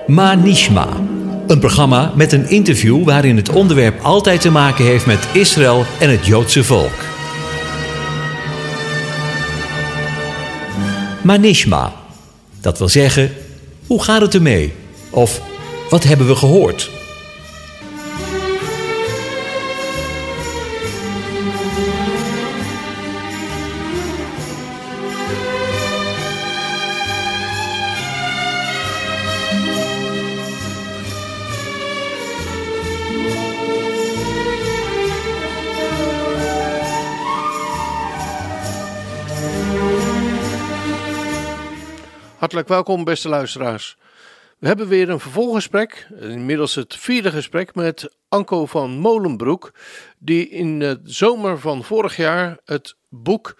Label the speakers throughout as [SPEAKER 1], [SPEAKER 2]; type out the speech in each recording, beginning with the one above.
[SPEAKER 1] Ma-Nishma, een programma met een interview waarin het onderwerp altijd te maken heeft met Israël en het Joodse volk. Ma-Nishma, dat wil zeggen, hoe gaat het ermee? Of wat hebben we gehoord?
[SPEAKER 2] Hartelijk welkom, beste luisteraars. We hebben weer een vervolggesprek, inmiddels het 4e gesprek met Anko van Molenbroek, die in de zomer van vorig jaar het boek,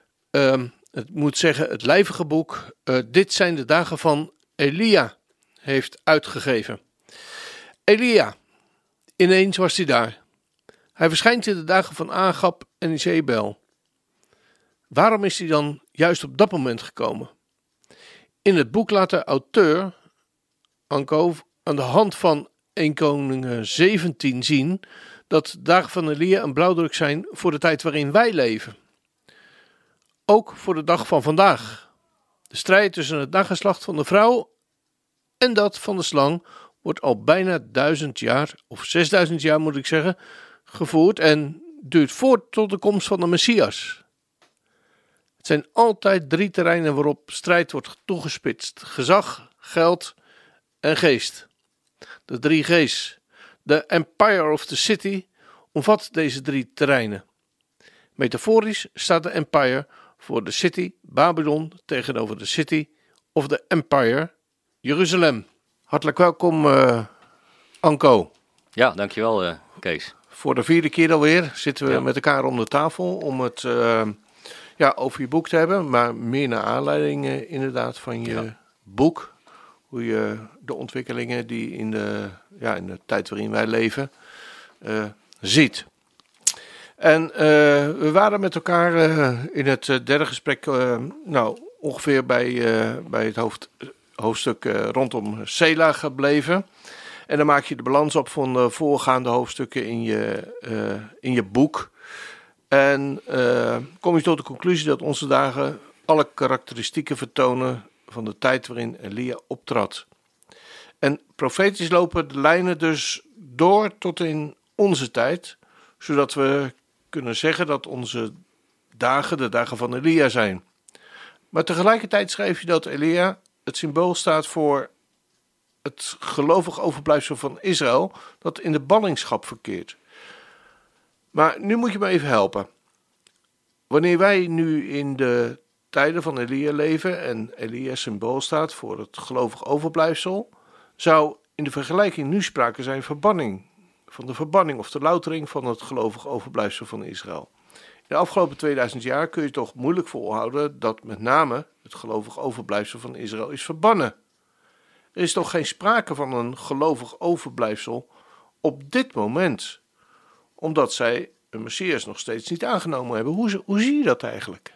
[SPEAKER 2] het lijvige boek, Dit zijn de dagen van Elia, heeft uitgegeven. Elia, ineens was hij daar. Hij verschijnt in de dagen van Agab en Izebel. Waarom is hij dan juist op dat moment gekomen? In het boek laat de auteur, Anko, aan de hand van 1 Koningen 17 zien dat de dagen van Elia een blauwdruk zijn voor de tijd waarin wij leven. Ook voor de dag van vandaag. De strijd tussen het nageslacht van de vrouw en dat van de slang wordt al bijna 1000 jaar, of 6000 jaar moet ik zeggen, gevoerd en duurt voort tot de komst van de Messias. Het zijn altijd 3 terreinen waarop strijd wordt toegespitst: gezag, geld en geest. De 3 G's. De Empire of the City omvat deze 3 terreinen. Metaforisch staat de Empire voor de City, Babylon, tegenover de City of de Empire, Jeruzalem. Hartelijk welkom, Anko.
[SPEAKER 3] Ja, dankjewel, Kees.
[SPEAKER 2] Voor de 4e keer alweer zitten we met elkaar om de tafel om het over je boek te hebben, maar meer naar aanleiding inderdaad van je boek. Hoe je de ontwikkelingen die in de tijd waarin wij leven ziet. En we waren met elkaar in het 3e gesprek ongeveer bij het hoofdstuk rondom Sela gebleven. En dan maak je de balans op van de voorgaande hoofdstukken in je boek. En kom je tot de conclusie dat onze dagen alle karakteristieken vertonen van de tijd waarin Elia optrad. En profetisch lopen de lijnen dus door tot in onze tijd, zodat we kunnen zeggen dat onze dagen de dagen van Elia zijn. Maar tegelijkertijd schrijf je dat Elia het symbool staat voor het gelovig overblijfsel van Israël dat in de ballingschap verkeert. Maar nu moet je me even helpen. Wanneer wij nu in de tijden van Elia leven en Elia symbool staat voor het gelovig overblijfsel, zou in de vergelijking nu sprake zijn van de verbanning of de loutering van het gelovig overblijfsel van Israël. In de afgelopen 2000 jaar kun je toch moeilijk volhouden dat met name het gelovig overblijfsel van Israël is verbannen. Er is toch geen sprake van een gelovig overblijfsel op dit moment, omdat zij een Messias nog steeds niet aangenomen hebben. Hoe zie je dat eigenlijk?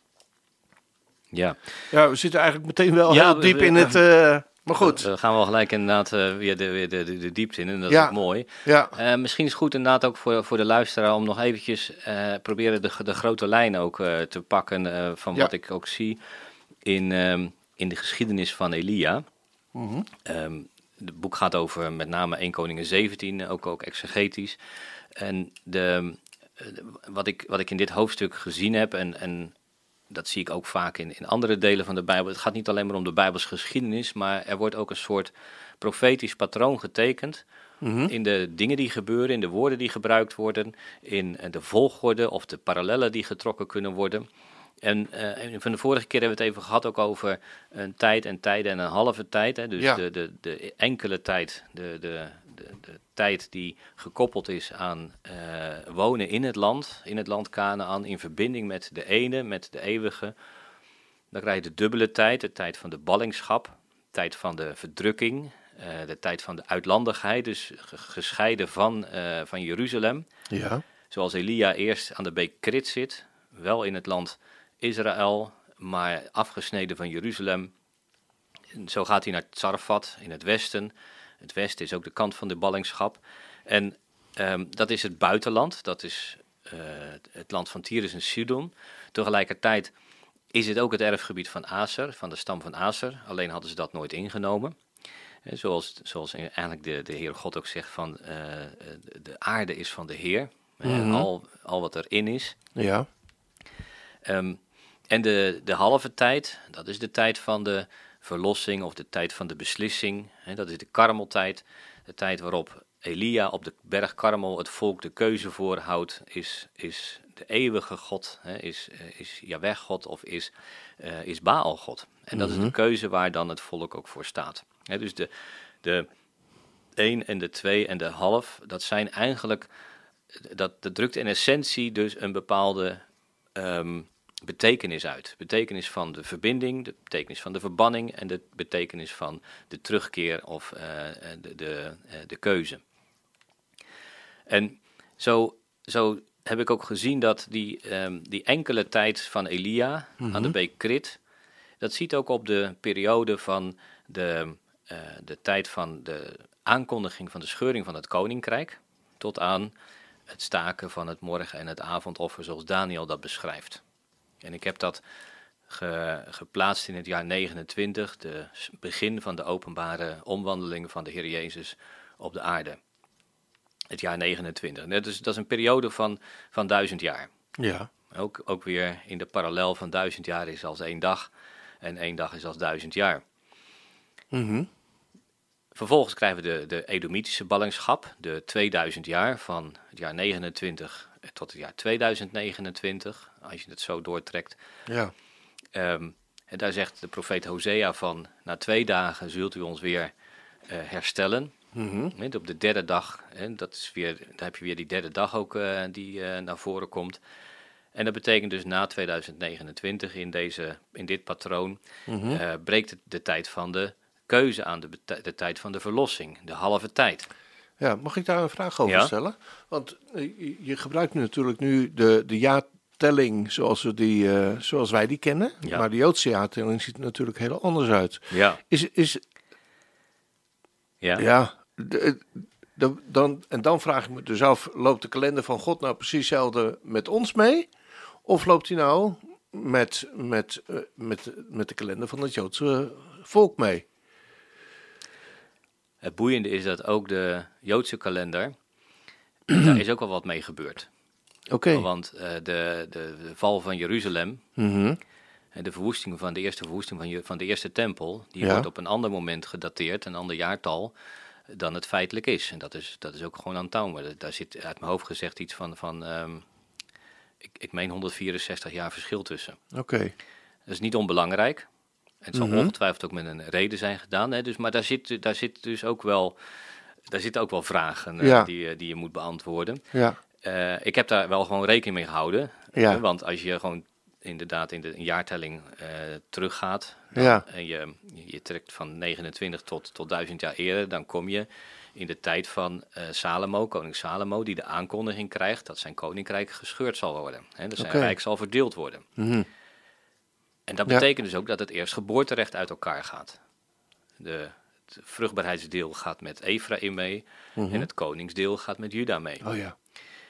[SPEAKER 3] Ja,
[SPEAKER 2] we zitten eigenlijk meteen wel heel diep in het... maar goed.
[SPEAKER 3] We gaan wel gelijk inderdaad weer de diepte in en dat is ook mooi.
[SPEAKER 2] Ja.
[SPEAKER 3] Misschien is het goed inderdaad ook voor de luisteraar om nog eventjes proberen de grote lijn ook te pakken van wat ik ook zie in de geschiedenis van Elia. Mm-hmm. Het boek gaat over met name 1 Koningen 17, ook exegetisch. En wat ik in dit hoofdstuk gezien heb, en dat zie ik ook vaak in andere delen van de Bijbel. Het gaat niet alleen maar om de Bijbelse geschiedenis, maar er wordt ook een soort profetisch patroon getekend. Mm-hmm. In de dingen die gebeuren, in de woorden die gebruikt worden, in de volgorde of de parallellen die getrokken kunnen worden. En van de vorige keer hebben we het even gehad ook over een tijd en tijden en een halve tijd. Hè? Dus de enkele tijd, de tijd die gekoppeld is aan wonen in het land Kanaän, in verbinding met de ene, met de eeuwige. Dan krijg je de dubbele tijd, de tijd van de ballingschap, de tijd van de verdrukking, de tijd van de uitlandigheid, dus gescheiden van Jeruzalem. Ja. Zoals Elia eerst aan de beek Krit zit, wel in het land Israël, maar afgesneden van Jeruzalem. Zo gaat hij naar Tsarfat in het westen. Het westen is ook de kant van de ballingschap. En dat is het buitenland. Dat is het land van Tyrus en Sidon. Tegelijkertijd is het ook het erfgebied van Aser, van de stam van Aser. Alleen hadden ze dat nooit ingenomen. Zoals eigenlijk de Heere God ook zegt van de aarde is van de Heer. Al wat erin is.
[SPEAKER 2] Ja.
[SPEAKER 3] En de halve tijd, dat is de tijd van de verlossing of de tijd van de beslissing. Dat is de Karmeltijd. De tijd waarop Elia op de berg Karmel het volk de keuze voorhoudt. Is de eeuwige God, is Jahweh God of is Baal God? En dat is de keuze waar dan het volk ook voor staat. Dus de 1 en de 2 en de half, dat zijn eigenlijk, dat drukt in essentie dus een bepaalde betekenis uit. Betekenis van de verbinding, de betekenis van de verbanning en de betekenis van de terugkeer of de keuze. En zo heb ik ook gezien dat die enkele tijd van Elia aan de beek Krit, dat ziet ook op de periode van de tijd van de aankondiging van de scheuring van het koninkrijk, tot aan het staken van het morgen- en het avondoffer zoals Daniel dat beschrijft. En ik heb dat geplaatst in het jaar 29, de begin van de openbare omwandeling van de Heer Jezus op de aarde. Het jaar 29. Dat is een periode van 1000 jaar.
[SPEAKER 2] Ja.
[SPEAKER 3] Ook weer in de parallel van 1000 jaar is als 1 dag en 1 dag is als 1000 jaar. Vervolgens krijgen we de Edomitische ballingschap, de 2000 jaar van het jaar 29 tot het jaar 2029, als je het zo doortrekt.
[SPEAKER 2] Ja.
[SPEAKER 3] En daar zegt de profeet Hosea van, na 2 dagen zult u ons weer herstellen. Op de 3e dag, daar heb je weer die 3e dag ook die naar voren komt. En dat betekent dus na 2029 in dit patroon breekt de tijd van de keuze aan, de tijd van de verlossing, de halve tijd.
[SPEAKER 2] Ja, mag ik daar een vraag over stellen? Want je gebruikt natuurlijk nu de jaartelling zoals wij die kennen.
[SPEAKER 3] Ja.
[SPEAKER 2] Maar de Joodse jaartelling ziet er natuurlijk heel anders uit.
[SPEAKER 3] Ja.
[SPEAKER 2] Dan vraag ik me dus af, loopt de kalender van God nou precies hetzelfde met ons mee? Of loopt hij nou met de kalender van het Joodse volk mee?
[SPEAKER 3] Het boeiende is dat ook de Joodse kalender, daar is ook wel wat mee gebeurd.
[SPEAKER 2] Oké.
[SPEAKER 3] Want de val van Jeruzalem, en de eerste verwoesting van de eerste tempel, die wordt op een ander moment gedateerd, een ander jaartal, dan het feitelijk is. En dat is ook gewoon aantoonbaar. Daar zit uit mijn hoofd gezegd iets van ik meen 164 jaar verschil tussen.
[SPEAKER 2] Oké.
[SPEAKER 3] Dat is niet onbelangrijk. Het zal ongetwijfeld ook met een reden zijn gedaan. Hè? Dus, maar daar zitten ook wel vragen die je moet beantwoorden.
[SPEAKER 2] Ja.
[SPEAKER 3] Ik heb daar wel gewoon rekening mee gehouden.
[SPEAKER 2] Ja.
[SPEAKER 3] Want als je gewoon inderdaad in de jaartelling teruggaat en je trekt van 29 tot 1000 jaar eerder, dan kom je in de tijd van Salomo, koning Salomo, die de aankondiging krijgt dat zijn koninkrijk gescheurd zal worden. Hè? Dat zijn rijk zal verdeeld worden. En dat betekent dus ook dat het eerstgeboorterecht uit elkaar gaat. Het vruchtbaarheidsdeel gaat met Efraïm mee en het koningsdeel gaat met Juda mee.
[SPEAKER 2] Oh ja.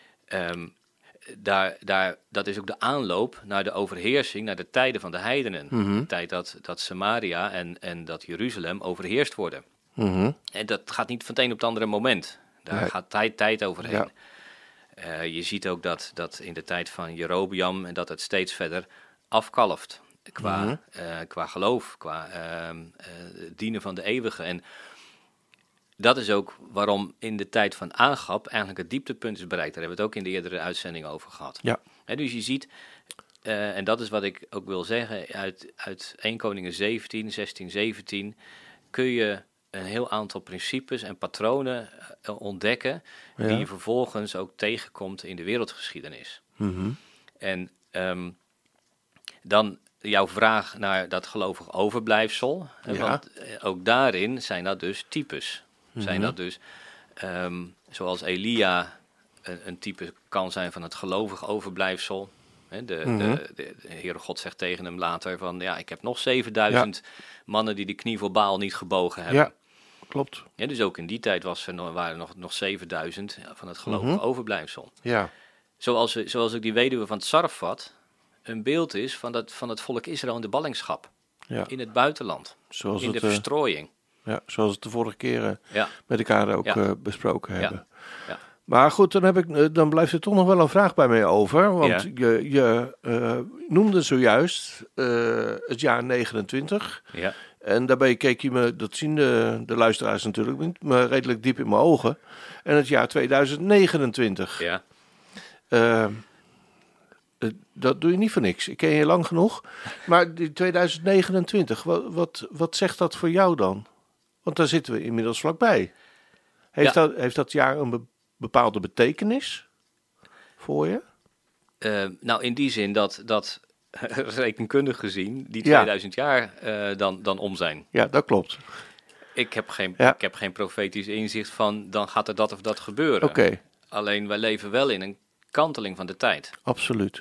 [SPEAKER 3] Dat is ook de aanloop naar de overheersing, naar de tijden van de heidenen. De tijd dat Samaria en dat Jeruzalem overheerst worden. En dat gaat niet van het een op het andere moment. Daar gaat tijd overheen. Ja. Je ziet ook dat in de tijd van Jerobeam en dat het steeds verder afkalft. Qua geloof, qua dienen van de eeuwige. En dat is ook waarom in de tijd van Agab eigenlijk het dieptepunt is bereikt. Daar hebben we het ook in de eerdere uitzending over gehad. Ja. Dus je ziet, en dat is wat ik ook wil zeggen, uit 1 Koningen 17, 16, 17... kun je een heel aantal principes en patronen ontdekken die je vervolgens ook tegenkomt in de wereldgeschiedenis. En dan jouw vraag naar dat gelovig overblijfsel, want ook daarin zijn dat dus types. Zijn dat dus, zoals Elia een type kan zijn van het gelovig overblijfsel, Hè, de Heere God zegt tegen hem later van, ja, ik heb nog 7000 mannen die de knie voor Baal niet gebogen hebben.
[SPEAKER 2] Ja, klopt.
[SPEAKER 3] Ja, dus ook in die tijd waren nog 7000 van het gelovige overblijfsel.
[SPEAKER 2] Ja.
[SPEAKER 3] Zoals ook die weduwe van Tsarfat een beeld is van het volk Israël in de ballingschap.
[SPEAKER 2] Ja.
[SPEAKER 3] In het buitenland.
[SPEAKER 2] Zoals
[SPEAKER 3] in de verstrooiing.
[SPEAKER 2] Ja, zoals we het de vorige keren met elkaar ook besproken hebben.
[SPEAKER 3] Ja.
[SPEAKER 2] Maar goed, dan blijft er toch nog wel een vraag bij mij over. Want je noemde zojuist het jaar 29.
[SPEAKER 3] Ja.
[SPEAKER 2] En daarbij keek je me, dat zien de luisteraars natuurlijk niet, maar redelijk diep in mijn ogen. En het jaar 2029.
[SPEAKER 3] Ja.
[SPEAKER 2] Dat doe je niet voor niks. Ik ken je lang genoeg. Maar die 2029, wat zegt dat voor jou dan? Want daar zitten we inmiddels vlakbij. Heeft dat jaar een bepaalde betekenis voor je?
[SPEAKER 3] Nou, in die zin dat rekenkundig gezien die 2000 jaar dan om zijn.
[SPEAKER 2] Ja, dat klopt.
[SPEAKER 3] Ik heb geen profetisch inzicht van dan gaat er dat of dat gebeuren.
[SPEAKER 2] Oké.
[SPEAKER 3] Alleen wij leven wel in een kanteling van de tijd.
[SPEAKER 2] Absoluut.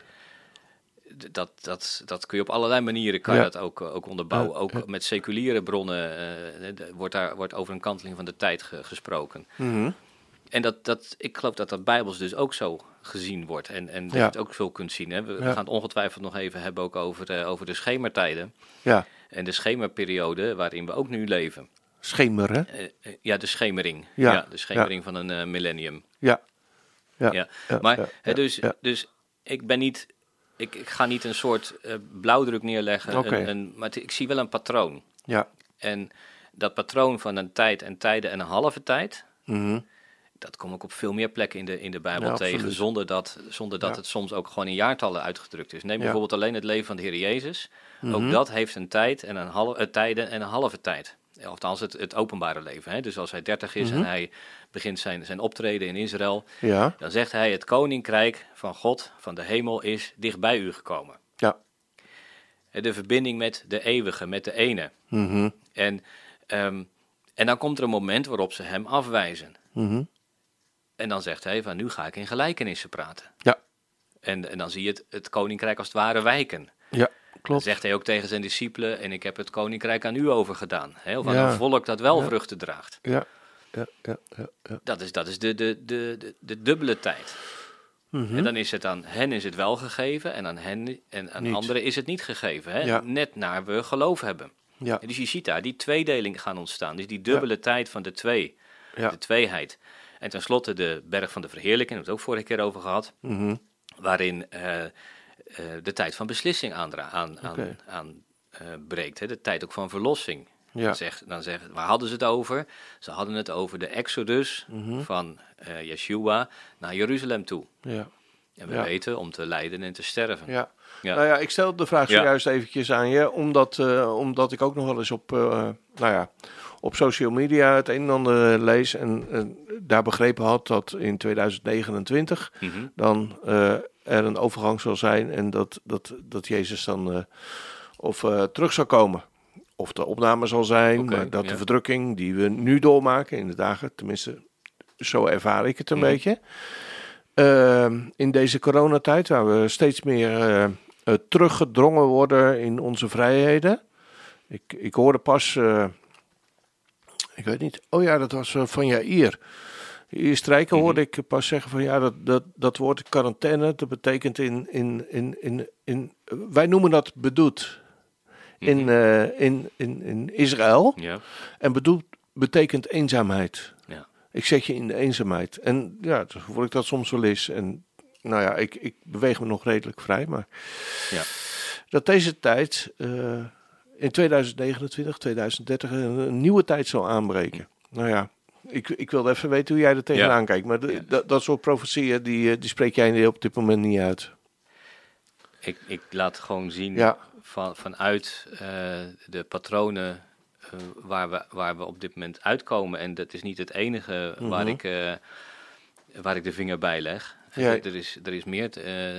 [SPEAKER 3] Dat kun je op allerlei manieren je dat ook onderbouwen. Ook met seculiere bronnen wordt over een kanteling van de tijd gesproken.
[SPEAKER 2] Mm-hmm.
[SPEAKER 3] En ik geloof dat Bijbels dus ook zo gezien wordt. En dat je het ook zo kunt zien. Hè. We gaan het ongetwijfeld nog even hebben ook over de schemertijden.
[SPEAKER 2] Ja.
[SPEAKER 3] En de schemerperiode waarin we ook nu leven.
[SPEAKER 2] Schemeren?
[SPEAKER 3] De schemering.
[SPEAKER 2] Ja.
[SPEAKER 3] De schemering van een millennium.
[SPEAKER 2] Ja.
[SPEAKER 3] Dus ik ben niet... Ik ga niet een soort blauwdruk neerleggen,
[SPEAKER 2] Okay.
[SPEAKER 3] maar ik zie wel een patroon.
[SPEAKER 2] Ja.
[SPEAKER 3] En dat patroon van een tijd en tijden en een halve tijd, dat kom ik op veel meer plekken in de Bijbel tegen, zonder dat het soms ook gewoon in jaartallen uitgedrukt is. Neem bijvoorbeeld alleen het leven van de Heer Jezus. Ook dat heeft een tijd en tijden en een halve tijd. Althans het openbare leven. Hè? Dus als hij 30 is en hij begint zijn optreden in Israël, dan zegt hij: het koninkrijk van God, van de hemel, is dicht bij u gekomen.
[SPEAKER 2] Ja.
[SPEAKER 3] De verbinding met de eeuwige, met de ene.
[SPEAKER 2] Mm-hmm.
[SPEAKER 3] En dan komt er een moment waarop ze hem afwijzen.
[SPEAKER 2] Mm-hmm.
[SPEAKER 3] En dan zegt hij: van nu ga ik in gelijkenissen praten.
[SPEAKER 2] Ja.
[SPEAKER 3] En dan zie je het koninkrijk als het ware wijken.
[SPEAKER 2] Ja. Klopt.
[SPEAKER 3] Dan zegt hij ook tegen zijn discipelen: en ik heb het koninkrijk aan u overgedaan. Of aan een volk dat wel vruchten draagt.
[SPEAKER 2] Ja.
[SPEAKER 3] Dat is de dubbele tijd. En dan is het aan hen is het wel gegeven en aan hen en aan anderen is het niet gegeven. Hè?
[SPEAKER 2] Ja.
[SPEAKER 3] Net naar we geloof hebben.
[SPEAKER 2] Ja.
[SPEAKER 3] En dus je ziet daar die tweedeling gaan ontstaan. Dus die dubbele tijd van de tweeheid. En tenslotte de berg van de verheerlijking, daar hebben we het ook vorige keer over gehad.
[SPEAKER 2] Mm-hmm.
[SPEAKER 3] Waarin de tijd van beslissing breekt. Hè? De tijd ook van verlossing.
[SPEAKER 2] Ja.
[SPEAKER 3] Waar hadden ze het over? Ze hadden het over de exodus van Yeshua naar Jeruzalem toe.
[SPEAKER 2] Ja.
[SPEAKER 3] En we weten om te lijden en te sterven.
[SPEAKER 2] Ja. Nou ja, ik stel de vraag zojuist eventjes aan je, omdat ik ook nog wel eens op social media het een en ander lees en daar begrepen had dat in 2029 dan er een overgang zal zijn en dat Jezus dan terug zal komen. Of de opname zal zijn, maar dat de verdrukking die we nu doormaken in de dagen, tenminste zo ervaar ik het een beetje. In deze coronatijd, waar we steeds meer teruggedrongen worden in onze vrijheden. Ik hoorde pas, ik weet niet, dat was van Jair. Jair Strijker hoorde ik pas zeggen van dat woord quarantaine, dat betekent wij noemen dat bedoet in Israël. Ja. En bedoet betekent eenzaamheid. Ja. Ik zet je in de eenzaamheid. En ja, dus hoor ik dat soms wel eens. En nou ja, ik beweeg me nog redelijk vrij. Maar dat deze tijd in 2029, 2030 een nieuwe tijd zal aanbreken. Nou ja, ik wilde even weten hoe jij er tegenaan kijkt. Maar dat soort profetieën, die spreek jij op dit moment niet uit.
[SPEAKER 3] Ik laat gewoon zien vanuit de patronen waar we op dit moment uitkomen. En dat is niet het enige waar ik de vinger bij leg. Ja. Er is meer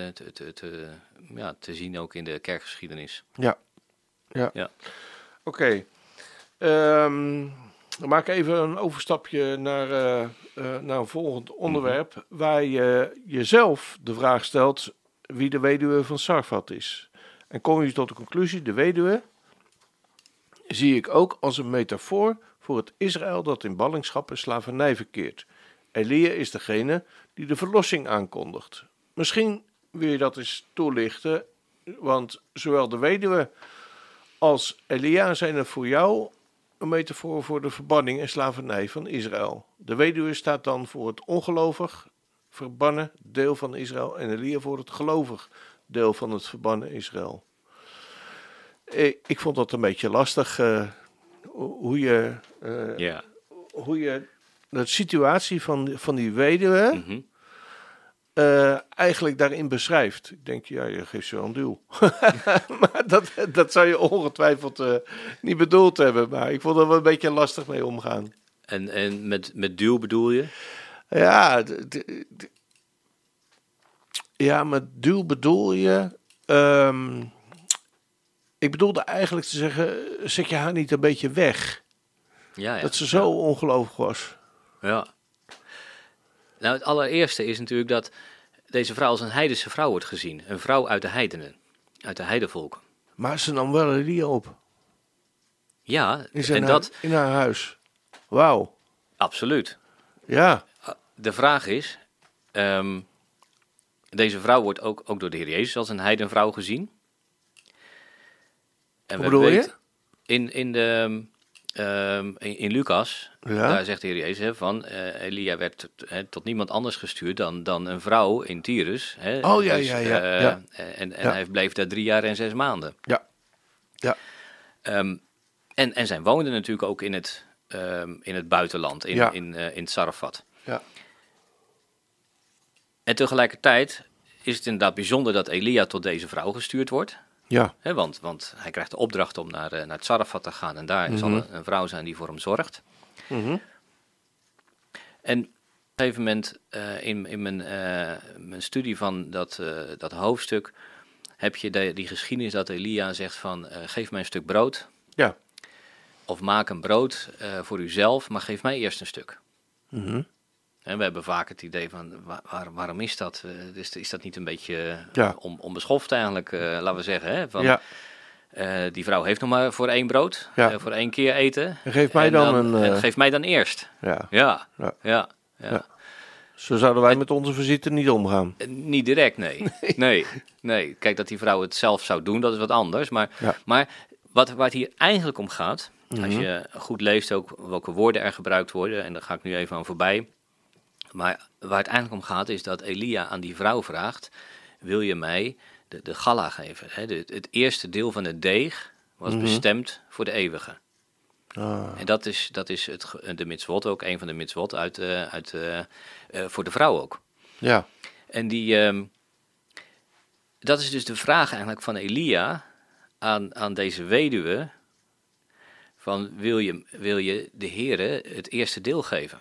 [SPEAKER 3] te zien ook in de kerkgeschiedenis.
[SPEAKER 2] Ja. Oké. Dan maak ik even een overstapje naar een volgend onderwerp. Waar je jezelf de vraag stelt, wie de weduwe van Sarfat is. En kom je tot de conclusie, de weduwe zie ik ook als een metafoor voor het Israël dat in ballingschap en slavernij verkeert. Elia is degene die de verlossing aankondigt. Misschien wil je dat eens toelichten, want zowel de weduwe als Elia zijn er voor jou een metafoor voor de verbanning en slavernij van Israël. De weduwe staat dan voor het ongelovig verbannen deel van Israël en Elia voor het gelovig deel van het verbannen Israël. Ik vond dat een beetje lastig, hoe je de situatie van die weduwe eigenlijk daarin beschrijft. Ik denk, ja, je geeft ze wel een duw. Maar dat zou je ongetwijfeld niet bedoeld hebben. Maar ik vond er wel een beetje lastig mee omgaan.
[SPEAKER 3] En met duw bedoel je?
[SPEAKER 2] Ja, met duw bedoel je... ik bedoelde eigenlijk te zeggen, zet je haar niet een beetje weg? Ja. Dat ze zo ongelooflijk was.
[SPEAKER 3] Ja. Nou, het allereerste is natuurlijk dat deze vrouw als een heidense vrouw wordt gezien. Een vrouw uit de heidenen, uit de heidenvolken.
[SPEAKER 2] Maar ze nam wel Elia op.
[SPEAKER 3] Ja,
[SPEAKER 2] in haar huis. Wauw.
[SPEAKER 3] Absoluut.
[SPEAKER 2] Ja.
[SPEAKER 3] De vraag is, deze vrouw wordt ook door de Heer Jezus als een heidenvrouw gezien. En
[SPEAKER 2] hoe bedoel je?
[SPEAKER 3] In Lucas, daar zegt de Heer Jezus van, Elia werd tot niemand anders gestuurd dan een vrouw in Tyrus. En hij bleef daar 3 jaar en 6 maanden.
[SPEAKER 2] Ja.
[SPEAKER 3] En zij woonde natuurlijk ook in het buitenland, in Sarfat. Ja. En tegelijkertijd is het inderdaad bijzonder dat Elia tot deze vrouw gestuurd wordt.
[SPEAKER 2] Ja.
[SPEAKER 3] Want hij krijgt de opdracht om naar het Sarfat te gaan en daar zal een vrouw zijn die voor hem zorgt. En op een gegeven moment in mijn studie van dat hoofdstuk heb je die geschiedenis dat Elia zegt van geef mij een stuk brood.
[SPEAKER 2] Ja.
[SPEAKER 3] Of maak een brood voor uzelf, maar geef mij eerst een stuk. En we hebben vaak het idee van, waarom is dat? Is dat niet een beetje onbeschoft eigenlijk, laten we zeggen? Hè? Van, die vrouw heeft nog maar voor 1 brood, voor 1 keer eten.
[SPEAKER 2] En geef mij dan
[SPEAKER 3] eerst. Ja.
[SPEAKER 2] Zo zouden wij met onze visite niet omgaan.
[SPEAKER 3] Niet direct, nee. Nee. Kijk, dat die vrouw het zelf zou doen, dat is wat anders. Maar waar het hier eigenlijk om gaat, als je goed leest ook welke woorden er gebruikt worden, en daar ga ik nu even aan voorbij. Maar waar het eigenlijk om gaat is dat Elia aan die vrouw vraagt, wil je mij de galla geven? Hè? Het eerste deel van het deeg was bestemd voor de eeuwige. En dat is de mitzvot ook, een van de mitzvot voor de vrouw ook. Ja. En dat is dus de vraag eigenlijk van Elia aan deze weduwe, van wil je de Heere het eerste deel geven?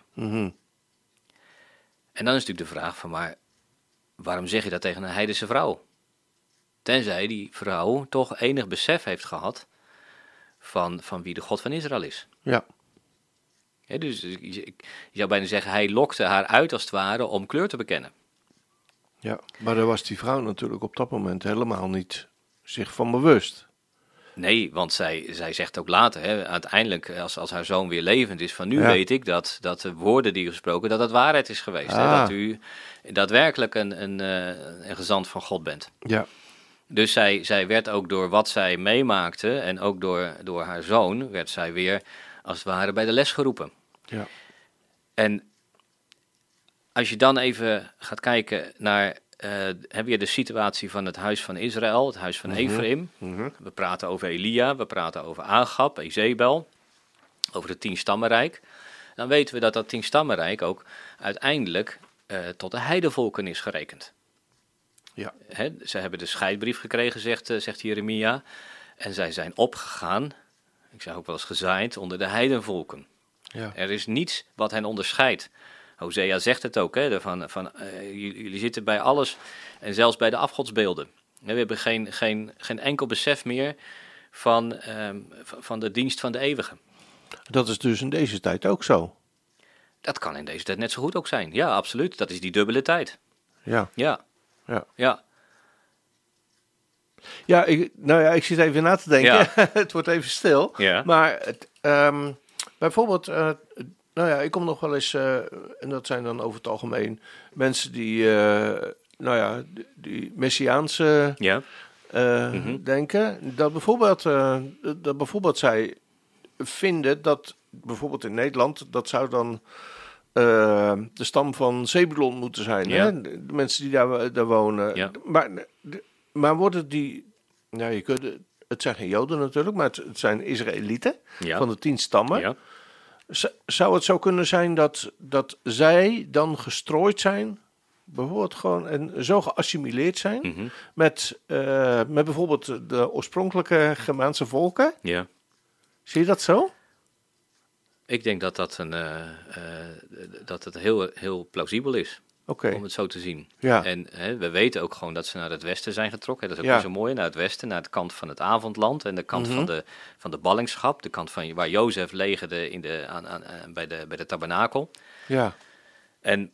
[SPEAKER 3] En dan is natuurlijk de vraag van, maar waarom zeg je dat tegen een heidense vrouw? Tenzij die vrouw toch enig besef heeft gehad van wie de God van Israël is. Ja. Dus je zou bijna zeggen, hij lokte haar uit als het ware om kleur te bekennen.
[SPEAKER 2] Ja, maar daar was die vrouw natuurlijk op dat moment helemaal niet zich van bewust.
[SPEAKER 3] Nee, want zij zegt ook later, uiteindelijk als haar zoon weer levend is, van nu weet ik dat de woorden die u gesproken, dat het waarheid is geweest. Dat u daadwerkelijk een gezant van God bent. Ja. Dus zij werd ook door wat zij meemaakte en ook door haar zoon, werd zij weer als het ware bij de les geroepen. Ja. En als je dan even gaat kijken naar... heb je de situatie van het huis van Israël, het huis van Ephraim. We praten over Elia, we praten over Agab, Ezebel, over het 10-stammenrijk. Dan weten we dat 10-stammenrijk ook uiteindelijk tot de heidevolken is gerekend. Ja. Ze hebben de scheidbrief gekregen, zegt Jeremia. En zij zijn opgegaan, ik zeg ook wel eens gezaaid, onder de heidenvolken. Ja. Er is niets wat hen onderscheidt. Hosea zegt het ook, jullie zitten bij alles en zelfs bij de afgodsbeelden. We hebben geen enkel besef meer van de dienst van de eeuwige.
[SPEAKER 2] Dat is dus in deze tijd ook zo?
[SPEAKER 3] Dat kan in deze tijd net zo goed ook zijn. Ja, absoluut. Dat is die dubbele tijd. Ja.
[SPEAKER 2] Ja, ik zit even na te denken.
[SPEAKER 3] Ja.
[SPEAKER 2] Het wordt even stil.
[SPEAKER 3] Ja.
[SPEAKER 2] Maar bijvoorbeeld, ik kom nog wel eens, en dat zijn dan over het algemeen mensen die, die Messiaanse
[SPEAKER 3] Ja.
[SPEAKER 2] denken. Dat bijvoorbeeld zij vinden dat bijvoorbeeld in Nederland, dat zou dan de stam van Zebulon moeten zijn.
[SPEAKER 3] Ja.
[SPEAKER 2] Hè? De mensen die daar wonen.
[SPEAKER 3] Ja.
[SPEAKER 2] Maar worden die... Nou, het zijn geen Joden natuurlijk, maar het zijn Israëlieten
[SPEAKER 3] Ja.
[SPEAKER 2] van de 10 stammen.
[SPEAKER 3] Ja.
[SPEAKER 2] Zou het zo kunnen zijn dat zij dan gestrooid zijn, bijvoorbeeld gewoon, en zo geassimileerd zijn
[SPEAKER 3] Mhm.
[SPEAKER 2] met bijvoorbeeld de oorspronkelijke Germaanse volken?
[SPEAKER 3] Ja.
[SPEAKER 2] Zie je dat zo?
[SPEAKER 3] Ik denk dat dat het heel, heel plausibel is.
[SPEAKER 2] Oké.
[SPEAKER 3] Om het zo te zien.
[SPEAKER 2] Ja.
[SPEAKER 3] En we weten ook gewoon dat ze naar het westen zijn getrokken. Dat is ook
[SPEAKER 2] Ja.
[SPEAKER 3] weer zo mooi, naar het westen, naar de kant van het avondland en de kant van de ballingschap, de kant van waar Jozef legerde bij de tabernakel.
[SPEAKER 2] Ja.
[SPEAKER 3] En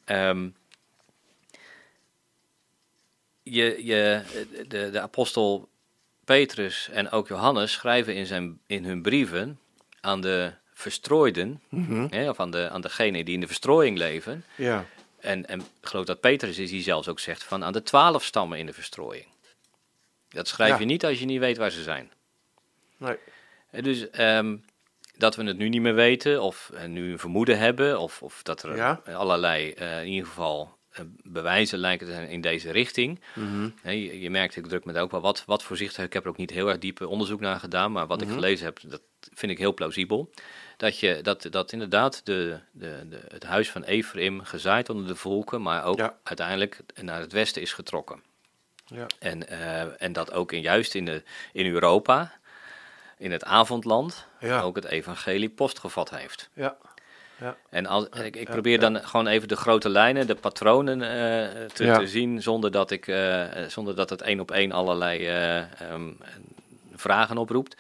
[SPEAKER 3] de apostel Petrus en ook Johannes schrijven in hun brieven aan de verstrooiden, of aan degenen die in de verstrooiing leven.
[SPEAKER 2] Ja.
[SPEAKER 3] En ik geloof dat Petrus is die zelfs ook zegt van aan de 12 stammen in de verstrooiing. Dat schrijf je niet als je niet weet waar ze zijn.
[SPEAKER 2] Nee.
[SPEAKER 3] Dus dat we het nu niet meer weten of nu een vermoeden hebben of dat er allerlei in ieder geval bewijzen lijken te zijn in deze richting. Je merkt, ik druk me daar ook wel wat voorzichtig. Ik heb er ook niet heel erg diepe onderzoek naar gedaan, maar wat ik gelezen heb, dat vind ik heel plausibel. Dat inderdaad het huis van Ephraim gezaaid onder de volken, maar ook uiteindelijk naar het westen is getrokken.
[SPEAKER 2] Ja.
[SPEAKER 3] En dat ook juist in Europa, in het avondland, ook het evangelie postgevat heeft.
[SPEAKER 2] Ja. Ja.
[SPEAKER 3] En ik probeer dan gewoon even de grote lijnen, de patronen te zien, zonder dat het 1 op 1 allerlei vragen oproept.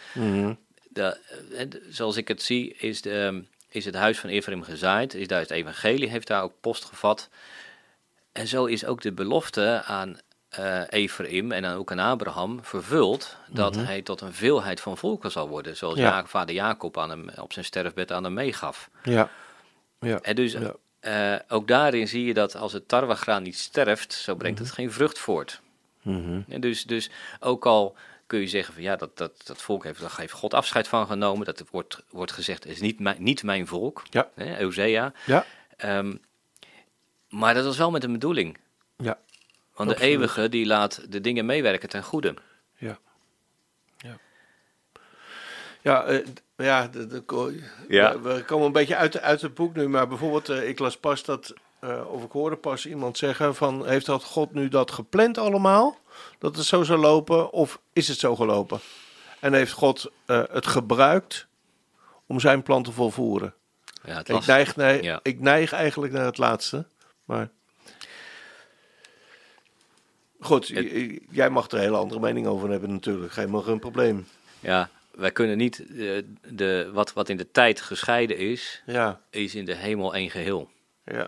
[SPEAKER 3] Zoals ik het zie, is het huis van Ephraim gezaaid, is daar het evangelie, heeft daar ook post gevat. En zo is ook de belofte aan Ephraim en ook aan Abraham vervuld, dat hij tot een veelheid van volken zal worden, zoals vader Jacob aan hem op zijn sterfbed aan hem meegaf.
[SPEAKER 2] Ja. Ja.
[SPEAKER 3] En dus ook daarin zie je dat als het tarwegraan niet sterft, zo brengt het geen vrucht voort. En dus ook al kun je zeggen van dat volk heeft God afscheid van genomen, dat wordt gezegd is niet mijn volk, Hosea.
[SPEAKER 2] Ja.
[SPEAKER 3] Maar dat was wel met een bedoeling.
[SPEAKER 2] Ja.
[SPEAKER 3] Want de eeuwige die laat de dingen meewerken ten goede.
[SPEAKER 2] Ja. Ja. We komen een beetje uit het boek nu, maar bijvoorbeeld ik las pas of ik hoorde pas iemand zeggen van, heeft dat God nu dat gepland allemaal? Dat het zo zou lopen, of is het zo gelopen? En heeft God het gebruikt om zijn plan te volvoeren?
[SPEAKER 3] Ja,
[SPEAKER 2] ik neig eigenlijk naar het laatste, maar... Goed, jij mag er een hele andere mening over hebben natuurlijk, geen probleem.
[SPEAKER 3] Ja, wij kunnen niet, wat in de tijd gescheiden is in de hemel één geheel.
[SPEAKER 2] Ja.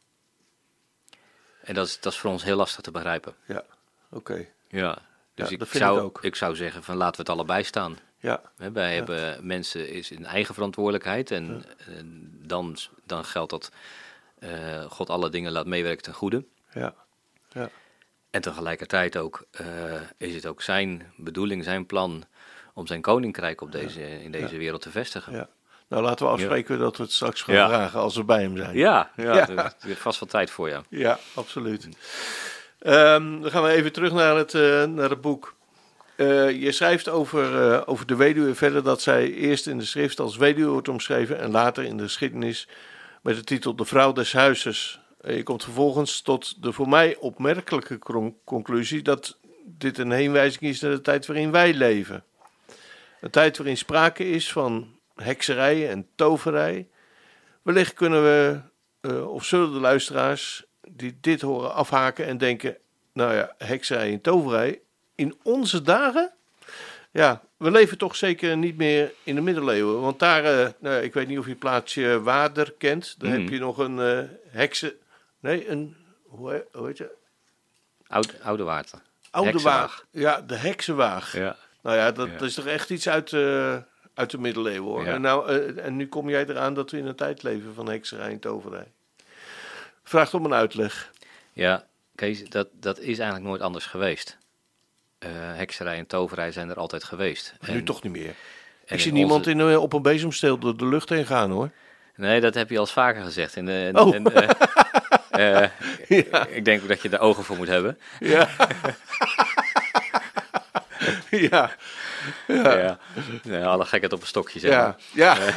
[SPEAKER 3] En dat is voor ons heel lastig te begrijpen.
[SPEAKER 2] Ja, oké.
[SPEAKER 3] Ja, dus ik zou zeggen van laten we het allebei staan.
[SPEAKER 2] Ja.
[SPEAKER 3] Wij hebben mensen is in eigen verantwoordelijkheid en dan geldt dat God alle dingen laat meewerken ten goede.
[SPEAKER 2] Ja.
[SPEAKER 3] En tegelijkertijd ook is het ook zijn bedoeling, zijn plan om zijn koninkrijk in deze wereld te vestigen. Ja.
[SPEAKER 2] Nou, laten we afspreken dat we het straks gaan vragen als we bij hem zijn.
[SPEAKER 3] Ja. Er is vast wel tijd voor,
[SPEAKER 2] Ja, absoluut. Dan gaan we even terug naar het boek. Je schrijft over de weduwe verder dat zij eerst in de schrift als weduwe wordt omschreven en later in de geschiedenis met de titel De Vrouw des Huizes. Je komt vervolgens tot de voor mij opmerkelijke conclusie dat dit een heenwijzing is naar de tijd waarin wij leven. Een tijd waarin sprake is van hekserij en toverij. Wellicht kunnen we, of zullen de luisteraars die dit horen afhaken en denken, nou ja, hekserij en toverij, in onze dagen? Ja, we leven toch zeker niet meer in de middeleeuwen. Want daar, ik weet niet of je het plaatsje Waarder kent. Daar heb je nog een heksen... Nee, hoe heet je?
[SPEAKER 3] Oude Water.
[SPEAKER 2] Oude
[SPEAKER 3] Heksenwaag.
[SPEAKER 2] waag. Ja, de heksenwaag.
[SPEAKER 3] Ja.
[SPEAKER 2] Nou ja, dat is toch echt iets uit de middeleeuwen, hoor.
[SPEAKER 3] Ja.
[SPEAKER 2] En nu kom jij eraan dat we in een tijd leven van hekserij en toverij. Vraagt om een uitleg.
[SPEAKER 3] Ja, Kees, dat is eigenlijk nooit anders geweest. Hekserij en toverij zijn er altijd geweest.
[SPEAKER 2] Maar nu toch niet meer.
[SPEAKER 3] en
[SPEAKER 2] Ik zie
[SPEAKER 3] in
[SPEAKER 2] niemand
[SPEAKER 3] onze-
[SPEAKER 2] op een bezemsteel door de lucht heen gaan, hoor.
[SPEAKER 3] Nee, dat heb je al eens vaker gezegd.
[SPEAKER 2] Oh.
[SPEAKER 3] Ik denk ook dat je er ogen voor moet hebben.
[SPEAKER 2] Ja. Ja.
[SPEAKER 3] Ja. Ja, alle gekheid op een stokje, zeg maar.
[SPEAKER 2] Ja.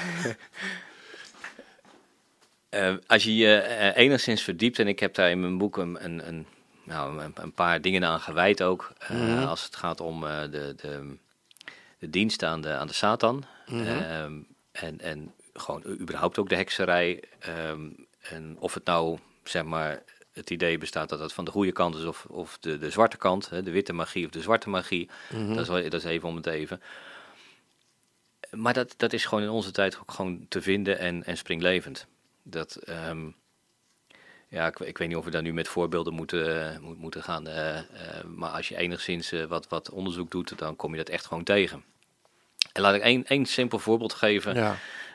[SPEAKER 3] Als je je enigszins verdiept, en ik heb daar in mijn boek een paar dingen aan gewijd ook, als het gaat om de dienst aan de Satan, en gewoon überhaupt ook de hekserij, en of het nou, zeg maar, het idee bestaat dat het van de goede kant is of de zwarte kant, de witte magie of de zwarte magie, dat is even om het even. Maar dat is gewoon in onze tijd ook gewoon te vinden en springlevend. Ik weet niet of we daar nu met voorbeelden moeten gaan. Maar als je enigszins wat onderzoek doet, dan kom je dat echt gewoon tegen. En laat ik één simpel voorbeeld geven.
[SPEAKER 2] Ja.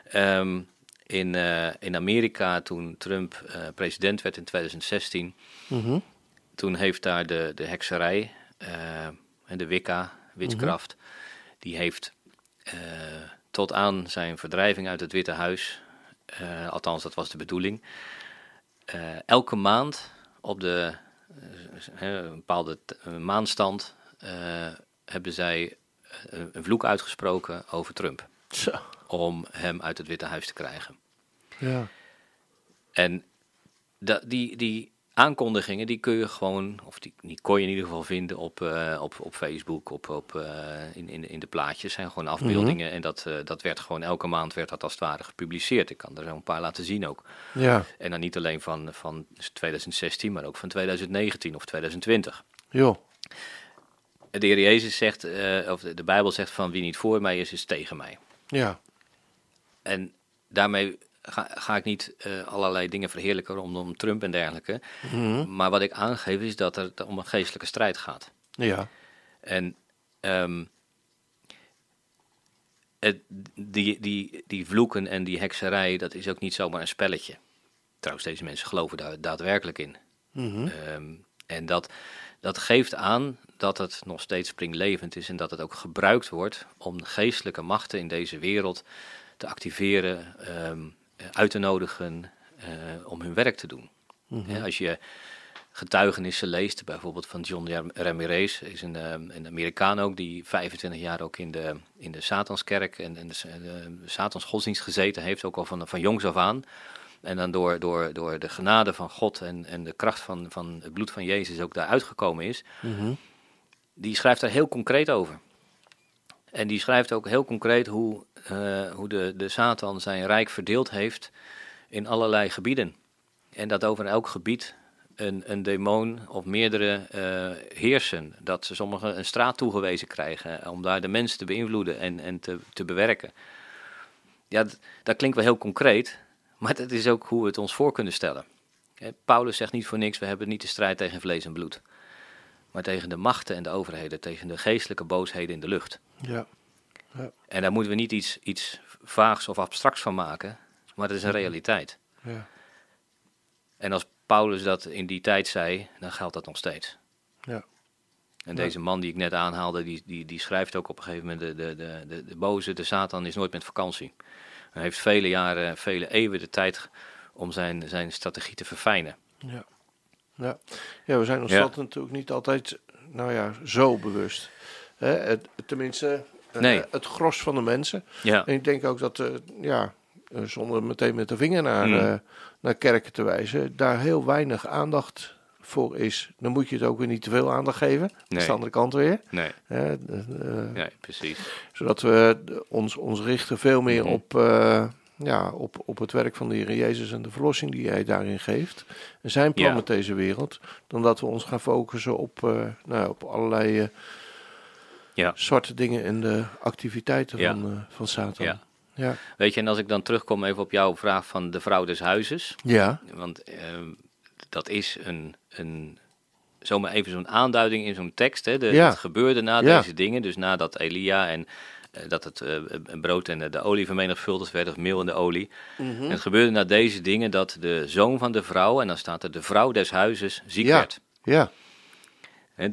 [SPEAKER 3] In Amerika, toen Trump president werd in 2016, toen heeft daar de hekserij en de Wicca, witchcraft, die heeft tot aan zijn verdrijving uit het Witte Huis, althans dat was de bedoeling, elke maand op de een bepaalde maandstand hebben zij een vloek uitgesproken over Trump.
[SPEAKER 2] Zo.
[SPEAKER 3] Om hem uit het Witte Huis te krijgen.
[SPEAKER 2] Ja.
[SPEAKER 3] En die aankondigingen, die kun je gewoon, of die kon je in ieder geval vinden op Facebook, in de plaatjes, zijn gewoon afbeeldingen. En dat werd gewoon elke maand werd dat als het ware gepubliceerd. Ik kan er zo een paar laten zien ook.
[SPEAKER 2] Ja.
[SPEAKER 3] En dan niet alleen van 2016, maar ook van 2019 of 2020.
[SPEAKER 2] Joh.
[SPEAKER 3] De Heer Jezus zegt, of de Bijbel zegt van wie niet voor mij is tegen mij.
[SPEAKER 2] Ja.
[SPEAKER 3] En daarmee ga ik niet allerlei dingen verheerlijken rondom Trump en dergelijke. Maar wat ik aangeef is dat het om een geestelijke strijd gaat.
[SPEAKER 2] Ja.
[SPEAKER 3] En die vloeken en die hekserij, dat is ook niet zomaar een spelletje. Trouwens, deze mensen geloven daar daadwerkelijk in. En dat geeft aan dat het nog steeds springlevend is en dat het ook gebruikt wordt om geestelijke machten in deze wereld te activeren, uit te nodigen om hun werk te doen. Als je getuigenissen leest, bijvoorbeeld van John Ramirez, is een Amerikaan ook, die 25 jaar ook in de Satanskerk en de Satans godsdienst gezeten heeft, ook al van jongs af aan. En dan door de genade van God en de kracht van het bloed van Jezus ook daar uitgekomen is. Die schrijft daar heel concreet over. En die schrijft ook heel concreet hoe de Satan zijn rijk verdeeld heeft in allerlei gebieden. En dat over elk gebied een demon of meerdere heersen. Dat ze sommigen een straat toegewezen krijgen om daar de mensen te beïnvloeden en te bewerken. Ja, dat klinkt wel heel concreet, maar dat is ook hoe we het ons voor kunnen stellen. Paulus zegt niet voor niks, we hebben niet de strijd tegen vlees en bloed. Maar tegen de machten en de overheden, tegen de geestelijke boosheden in de lucht.
[SPEAKER 2] Ja. Ja.
[SPEAKER 3] En daar moeten we niet iets vaags of abstracts van maken, maar dat is een realiteit.
[SPEAKER 2] Ja.
[SPEAKER 3] En als Paulus dat in die tijd zei, dan geldt dat nog steeds.
[SPEAKER 2] Ja.
[SPEAKER 3] En deze man die ik net aanhaalde, die schrijft ook op een gegeven moment, de boze, de Satan is nooit met vakantie. Hij heeft vele jaren, vele eeuwen de tijd om zijn strategie te verfijnen.
[SPEAKER 2] Ja. Ja. Ja, we zijn ons dat natuurlijk niet altijd, zo bewust. Tenminste,
[SPEAKER 3] Nee.
[SPEAKER 2] Het gros van de mensen.
[SPEAKER 3] Ja.
[SPEAKER 2] En ik denk ook dat, zonder meteen met de vinger naar kerken te wijzen, daar heel weinig aandacht voor is. Dan moet je het ook weer niet te veel aandacht geven. Dat is de andere kant weer.
[SPEAKER 3] Nee. Nee, precies.
[SPEAKER 2] Zodat we ons richten veel meer op het werk van de Heer Jezus en de verlossing die hij daarin geeft. En zijn plan met deze wereld. Dan dat we ons gaan focussen op allerlei zwarte dingen en de activiteiten van Satan.
[SPEAKER 3] Ja.
[SPEAKER 2] Ja.
[SPEAKER 3] Weet je, en als ik dan terugkom even op jouw vraag van de vrouw des huizes.
[SPEAKER 2] Ja.
[SPEAKER 3] Want dat is een zomaar even zo'n aanduiding in zo'n tekst. Hè?
[SPEAKER 2] Ja.
[SPEAKER 3] Het gebeurde na
[SPEAKER 2] Ja.
[SPEAKER 3] deze dingen, dus nadat Elia en dat het brood en de olie vermenigvuldigd werd, of meel en de olie.
[SPEAKER 2] Mhm.
[SPEAKER 3] En het gebeurde na deze dingen dat de zoon van de vrouw, en dan staat er de vrouw des huizes, ziek
[SPEAKER 2] Ja.
[SPEAKER 3] werd.
[SPEAKER 2] Ja.
[SPEAKER 3] Hè,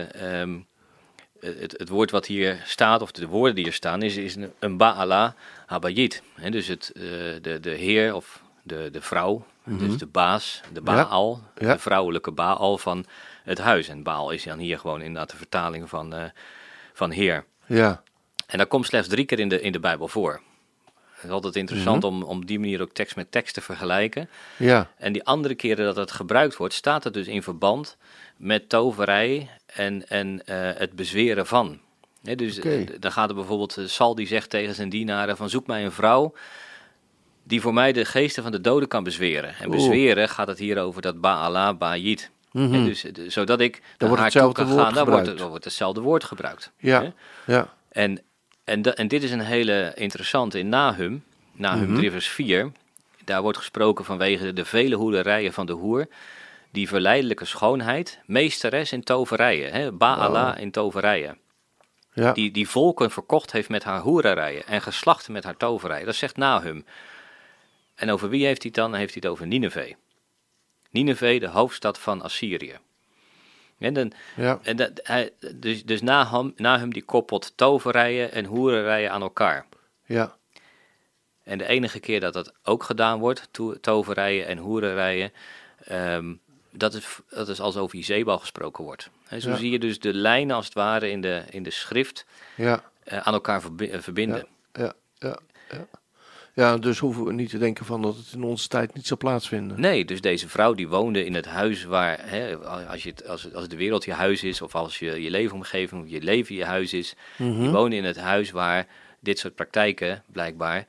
[SPEAKER 3] het woord wat hier staat, of de woorden die hier staan, is een Baala Habayit. Hè, dus de heer of de vrouw, dus de baas, de Baal,
[SPEAKER 2] Ja.
[SPEAKER 3] de vrouwelijke Baal van het huis. En Baal is dan hier gewoon inderdaad de vertaling van heer.
[SPEAKER 2] Ja.
[SPEAKER 3] En dat komt slechts 3 keer in de Bijbel voor. Het is altijd interessant om op die manier ook tekst met tekst te vergelijken.
[SPEAKER 2] Ja.
[SPEAKER 3] En die andere keren dat het gebruikt wordt, staat het dus in verband met toverij en het bezweren van. Hè, dus
[SPEAKER 2] Oké.
[SPEAKER 3] dan gaat er bijvoorbeeld, Sal die zegt tegen zijn dienaren van zoek mij een vrouw die voor mij de geesten van de doden kan bezweren. En bezweren gaat het hier over dat Baala, Ba'yit.
[SPEAKER 2] Mhm.
[SPEAKER 3] Dus, zodat ik
[SPEAKER 2] Dan wordt
[SPEAKER 3] naar haar toe
[SPEAKER 2] hetzelfde
[SPEAKER 3] kan
[SPEAKER 2] woord
[SPEAKER 3] gaan, dan
[SPEAKER 2] gebruikt.
[SPEAKER 3] wordt hetzelfde woord gebruikt.
[SPEAKER 2] Ja.
[SPEAKER 3] Hè?
[SPEAKER 2] Ja.
[SPEAKER 3] En dit is een hele interessante in Nahum 3 vers 4. Daar wordt gesproken vanwege de vele hoererijen van de hoer, die verleidelijke schoonheid, meesteres in toverijen, hè, Baala in toverijen.
[SPEAKER 2] Ja.
[SPEAKER 3] Die volken verkocht heeft met haar hoererijen en geslachten met haar toverijen. Dat zegt Nahum. En over wie heeft hij het dan? Dan heeft hij het over Nineve. Nineve, de hoofdstad van Assyrië.
[SPEAKER 2] Ja.
[SPEAKER 3] Dus Nahum die koppelt toverijen en hoererijen aan elkaar.
[SPEAKER 2] Ja.
[SPEAKER 3] En de enige keer dat dat ook gedaan wordt, toverijen en hoererijen, dat is als over Jezebel gesproken wordt. En zo zie je dus de lijnen als het ware in de schrift
[SPEAKER 2] Ja.
[SPEAKER 3] aan elkaar verbinden.
[SPEAKER 2] Ja. Ja. Ja. Ja, dus hoeven we niet te denken van dat het in onze tijd niet zal plaatsvinden.
[SPEAKER 3] Nee, dus deze vrouw die woonde in het huis waar, hè, als de wereld je huis is, of als je leefomgeving, of je leven je huis is, die woonde in het huis waar dit soort praktijken blijkbaar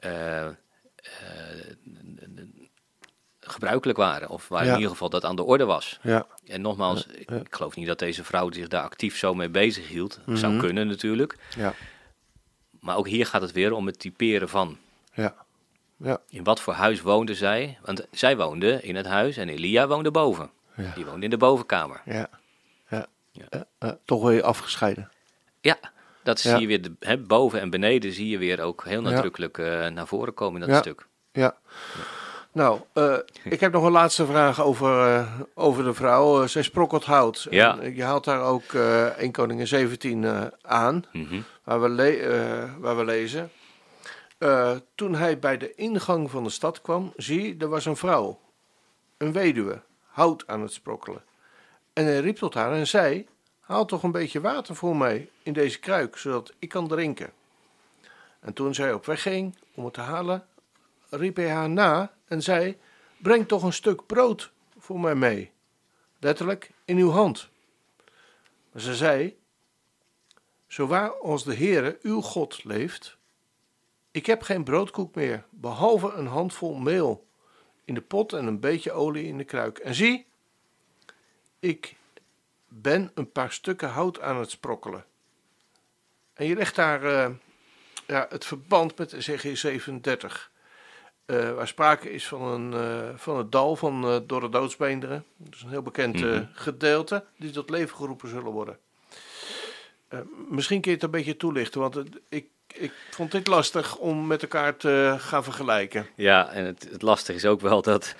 [SPEAKER 3] gebruikelijk waren, of waar in ieder geval dat aan de orde was.
[SPEAKER 2] Ja.
[SPEAKER 3] En nogmaals, ik geloof niet dat deze vrouw zich daar actief zo mee bezig hield. Zou kunnen natuurlijk.
[SPEAKER 2] Ja.
[SPEAKER 3] Maar ook hier gaat het weer om het typeren van.
[SPEAKER 2] Ja. Ja.
[SPEAKER 3] In wat voor huis woonde zij? Want zij woonde in het huis en Elia woonde boven.
[SPEAKER 2] Ja.
[SPEAKER 3] Die woonde in de bovenkamer.
[SPEAKER 2] Ja. Ja. Toch weer afgescheiden.
[SPEAKER 3] Ja, dat zie je weer, boven en beneden zie je weer ook heel nadrukkelijk naar voren komen in dat stuk.
[SPEAKER 2] Ja. Nou, ik heb nog een laatste vraag over de vrouw. Zij sprokkelt hout.
[SPEAKER 3] Ja.
[SPEAKER 2] En je haalt daar ook 1 Koningin 17 aan, waar we lezen. Toen hij bij de ingang van de stad kwam, zie, er was een vrouw, een weduwe, hout aan het sprokkelen. En hij riep tot haar en zei, haal toch een beetje water voor mij in deze kruik, zodat ik kan drinken. En toen zij op weg ging om het te halen, riep hij haar na en zei, breng toch een stuk brood voor mij mee, letterlijk in uw hand. Maar ze zei, zowaar als de Heere uw God leeft, ik heb geen broodkoek meer, behalve een handvol meel in de pot en een beetje olie in de kruik. En zie, ik ben een paar stukken hout aan het sprokkelen. En je legt daar het verband met Ezechiël 37. Waar sprake is van het dal van dorre doodsbeenderen. Dat is een heel bekend gedeelte die tot leven geroepen zullen worden. Misschien kun je het een beetje toelichten, want ik vond dit lastig om met elkaar te gaan vergelijken.
[SPEAKER 3] Ja, en het lastige is ook wel dat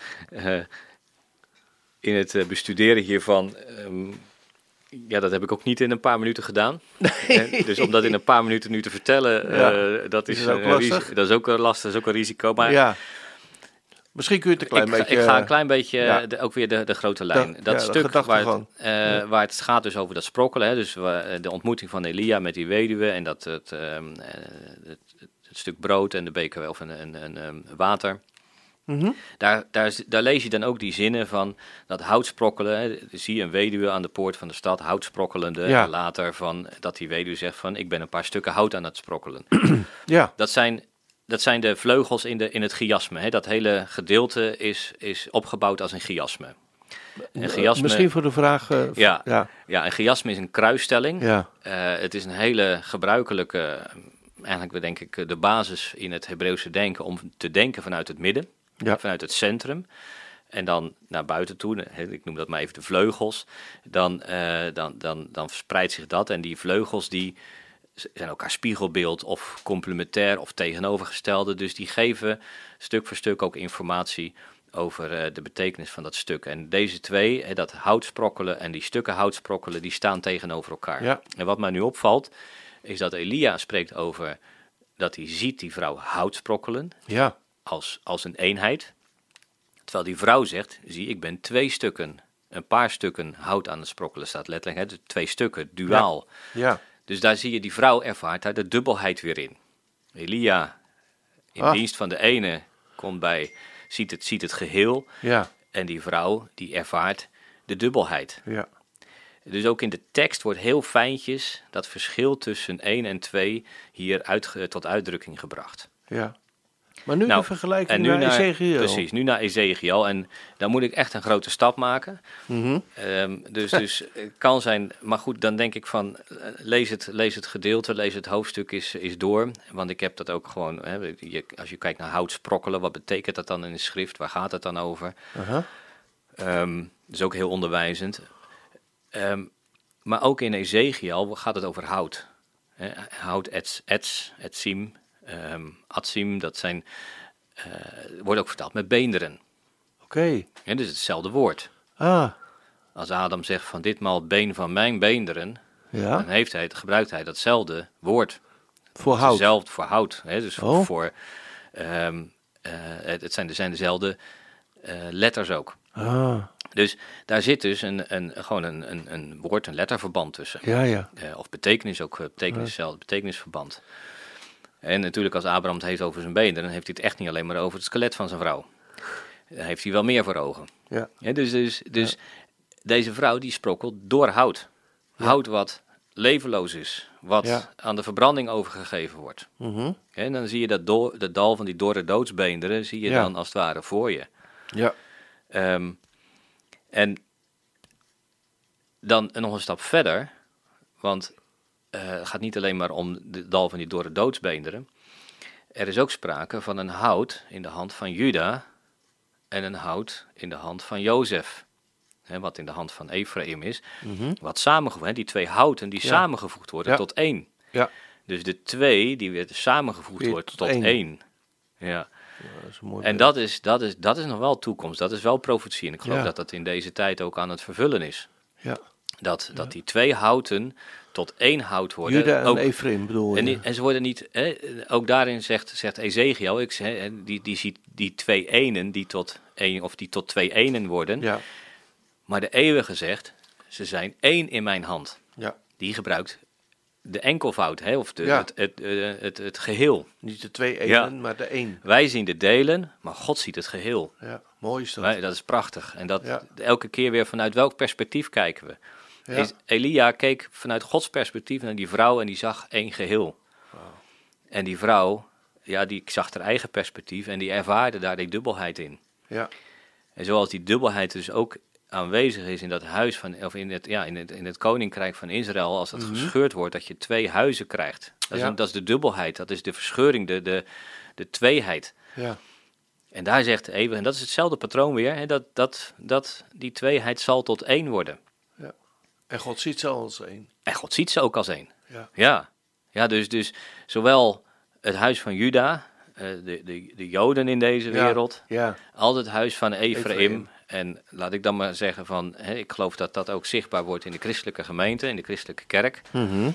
[SPEAKER 3] in het bestuderen hiervan, dat heb ik ook niet in een paar minuten gedaan. Nee. Dus om dat in een paar minuten nu te vertellen, dat is ook lastig. Dat is ook lastig, dat is ook een risico. Maar
[SPEAKER 2] ja. Misschien kun je het een klein beetje...
[SPEAKER 3] Ik ga een klein beetje, ook weer de grote lijn. Dat stuk waar het gaat dus over dat sprokkelen. Hè, dus de ontmoeting van Elia met die weduwe en het stuk brood en de beker of een water.
[SPEAKER 2] Mm-hmm.
[SPEAKER 3] Daar lees je dan ook die zinnen van dat houtsprokkelen. Hè, zie je een weduwe aan de poort van de stad, houtsprokkelende. Ja. En later dat die weduwe zegt van, ik ben een paar stukken hout aan het sprokkelen.
[SPEAKER 2] Ja.
[SPEAKER 3] Dat zijn de vleugels in het chiasme. Hè. Dat hele gedeelte is opgebouwd als een chiasme.
[SPEAKER 2] Misschien voor de vraag...
[SPEAKER 3] een chiasme is een kruisstelling.
[SPEAKER 2] Ja.
[SPEAKER 3] Het is een hele gebruikelijke, eigenlijk denk ik de basis in het Hebreeuwse denken, om te denken vanuit het midden, vanuit het centrum. en dan naar buiten toe, ik noem dat maar even de vleugels, dan verspreidt zich dat. En die vleugels die zijn elkaar spiegelbeeld of complementair of tegenovergestelde. Dus die geven stuk voor stuk ook informatie over de betekenis van dat stuk. En deze twee, dat houtsprokkelen en die stukken houtsprokkelen, die staan tegenover elkaar.
[SPEAKER 2] Ja.
[SPEAKER 3] En wat mij nu opvalt, is dat Elia spreekt over dat hij ziet die vrouw houtsprokkelen als een eenheid. Terwijl die vrouw zegt, zie, ik ben 2 stukken. Een paar stukken hout aan het sprokkelen staat letterlijk. Dus 2 stukken, duaal.
[SPEAKER 2] Ja.
[SPEAKER 3] Dus daar zie je, die vrouw ervaart daar de dubbelheid weer in. Elia, in dienst van de ene, komt bij, ziet het geheel.
[SPEAKER 2] Ja.
[SPEAKER 3] En die vrouw, die ervaart de dubbelheid.
[SPEAKER 2] Ja.
[SPEAKER 3] Dus ook in de tekst wordt heel fijntjes dat verschil tussen 1 en 2 hier tot uitdrukking gebracht.
[SPEAKER 2] Ja. Maar nu de vergelijking naar Ezekiel.
[SPEAKER 3] Precies, nu naar Ezekiel. En dan moet ik echt een grote stap maken.
[SPEAKER 2] Mm-hmm.
[SPEAKER 3] Dus het kan zijn, maar goed, dan denk ik van, lees het gedeelte, lees het hoofdstuk is door. Want ik heb dat ook gewoon, als je kijkt naar hout sprokkelen, wat betekent dat dan in de schrift? Waar gaat het dan over? Dus ook heel onderwijzend. Maar ook in Ezekiel gaat het over hout. Hout, etsim, atsim, dat zijn, wordt ook vertaald met beenderen.
[SPEAKER 2] Oké.
[SPEAKER 3] Dus hetzelfde woord. Als Adam zegt van ditmaal been van mijn beenderen, dan gebruikt hij datzelfde woord.
[SPEAKER 2] Voor hout.
[SPEAKER 3] Hetzelfde voor hout. Dus voor het zijn dezelfde letters ook. Dus daar zit dus gewoon een woord, een letterverband tussen.
[SPEAKER 2] Ja.
[SPEAKER 3] Of betekenis ook, betekenisverband. En natuurlijk als Abraham het heeft over zijn benen, dan heeft hij het echt niet alleen maar over het skelet van zijn vrouw. Daar heeft hij wel meer voor ogen. Ja. Dus deze vrouw die sprokkelt door hout. Hout wat levenloos is, wat aan de verbranding overgegeven wordt.
[SPEAKER 2] Mm-hmm.
[SPEAKER 3] En dan zie je dat dal van die dorre doodsbeenderen, zie je dan als het ware voor je.
[SPEAKER 2] Ja.
[SPEAKER 3] En dan nog een stap verder, want het gaat niet alleen maar om de dal van die dorre doodsbeenderen. Er is ook sprake van een hout in de hand van Juda en een hout in de hand van Jozef. Wat in de hand van Ephraim is. Mm-hmm. Wat samengevoegd, die 2 houten die samengevoegd worden tot 1. Ja. Dus de 2 die weer samengevoegd worden tot 1. Ja. Dat is mooi. En dat is nog wel toekomst. Dat is wel profetie. En ik geloof dat dat in deze tijd ook aan het vervullen is. Ja. Dat die 2 houten tot 1 hout worden.
[SPEAKER 2] Juda en Ephraim bedoel je?
[SPEAKER 3] En ze worden niet, ook daarin zegt Ezekiel, die ziet die 2 enen die tot 1 of die tot 2 enen worden. Ja. Maar de eeuwige zegt, ze zijn 1 in mijn hand. Ja. Die gebruikt de enkelvoud, of het geheel.
[SPEAKER 2] Niet de 2 enen, maar de 1.
[SPEAKER 3] Wij zien de delen, maar God ziet het geheel.
[SPEAKER 2] Ja, mooi is dat.
[SPEAKER 3] Dat is prachtig. En dat elke keer weer vanuit welk perspectief kijken we. Ja. Elia keek vanuit Gods perspectief naar die vrouw en die zag 1 geheel. Wow. En die vrouw, die zag haar eigen perspectief en die ervaarde daar die dubbelheid in. Ja. En zoals die dubbelheid dus ook aanwezig is in dat huis in het koninkrijk van Israël, als dat gescheurd wordt, dat je 2 huizen krijgt. Dat is de dubbelheid, dat is de verscheuring, de tweeheid. Ja. En daar zegt Eber, en dat is hetzelfde patroon weer, dat die tweeheid zal tot 1 worden.
[SPEAKER 2] Ja. En God ziet ze als 1.
[SPEAKER 3] En God ziet ze ook als 1. Ja, dus zowel het huis van Juda, de Joden in deze wereld, als het huis van Ephraim. En laat ik dan maar zeggen van, ik geloof dat dat ook zichtbaar wordt in de christelijke gemeente, in de christelijke kerk. Mm-hmm.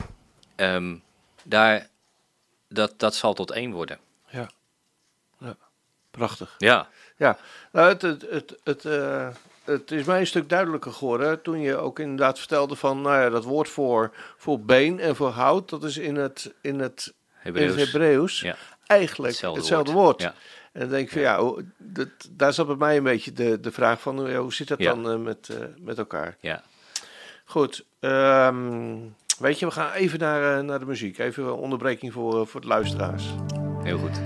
[SPEAKER 3] Dat zal tot 1 worden.
[SPEAKER 2] Ja. Prachtig.
[SPEAKER 3] Ja.
[SPEAKER 2] Nou, het is mij een stuk duidelijker geworden toen je ook inderdaad vertelde van, dat woord voor been en voor hout, dat is in het Hebreeuws eigenlijk hetzelfde woord. Ja. En dan denk ik van daar zat bij mij een beetje de vraag van, hoe zit dat dan met elkaar? Ja. Goed, weet je, we gaan even naar de muziek. Even een onderbreking voor de luisteraars.
[SPEAKER 3] Heel goed.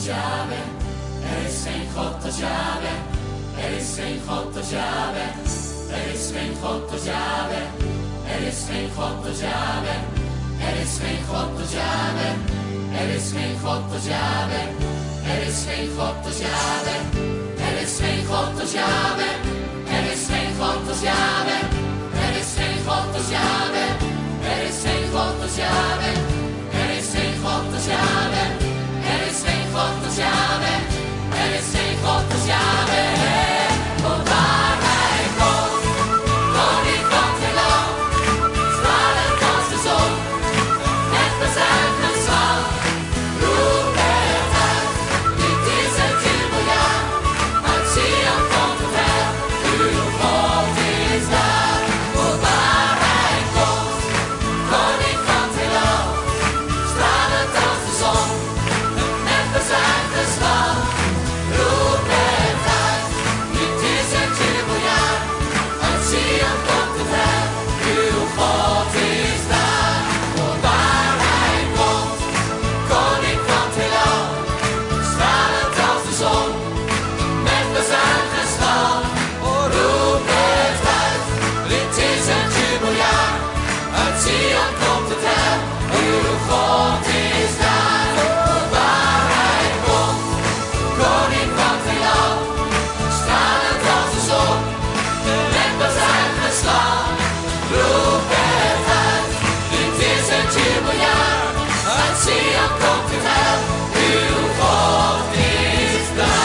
[SPEAKER 4] Yahweh. Er is geen God als Yahweh. Er is geen God als Yahweh. Er is geen God als Yahweh. Er is geen God als Yahweh. Er is geen God als Yahweh. Er is geen God als Yahweh. Er is geen God als Yahweh. Er is geen God als Yahweh. Er is geen God als Yahweh. Er is geen God als Yahweh. Er is geen God als Yahweh. Er is geen God als Yahweh. Er is geen God als Yahweh. Er is geen God als Yahweh. Want waar hij komt, koning van het heelal, stralend als de zon, met bezuinigd zwaal, roep het uit. Dit is het jubeljaar, uit Sion komt het heil. Uw God is daar. Want waar hij komt, koning van het heelal, stralend als de zon, met bezuinigd zwaal, roep het uit. Dit is het jubeljaar, uit Sion komt het heil. Uw God is daar. Want waar hij komt, koning van het heelal, stralend als de zon, met bezuinigd zwaal, roep het uit. Dit is het jubeljaar, uit Sion komt het heil. Uw God is daar. Want waar hij komt, koning van het heelal, stralend als de zon, met bezuinigd zwaal, roep het uit. Dit is het jubeljaar, uit Sion komt het heil. Uw God is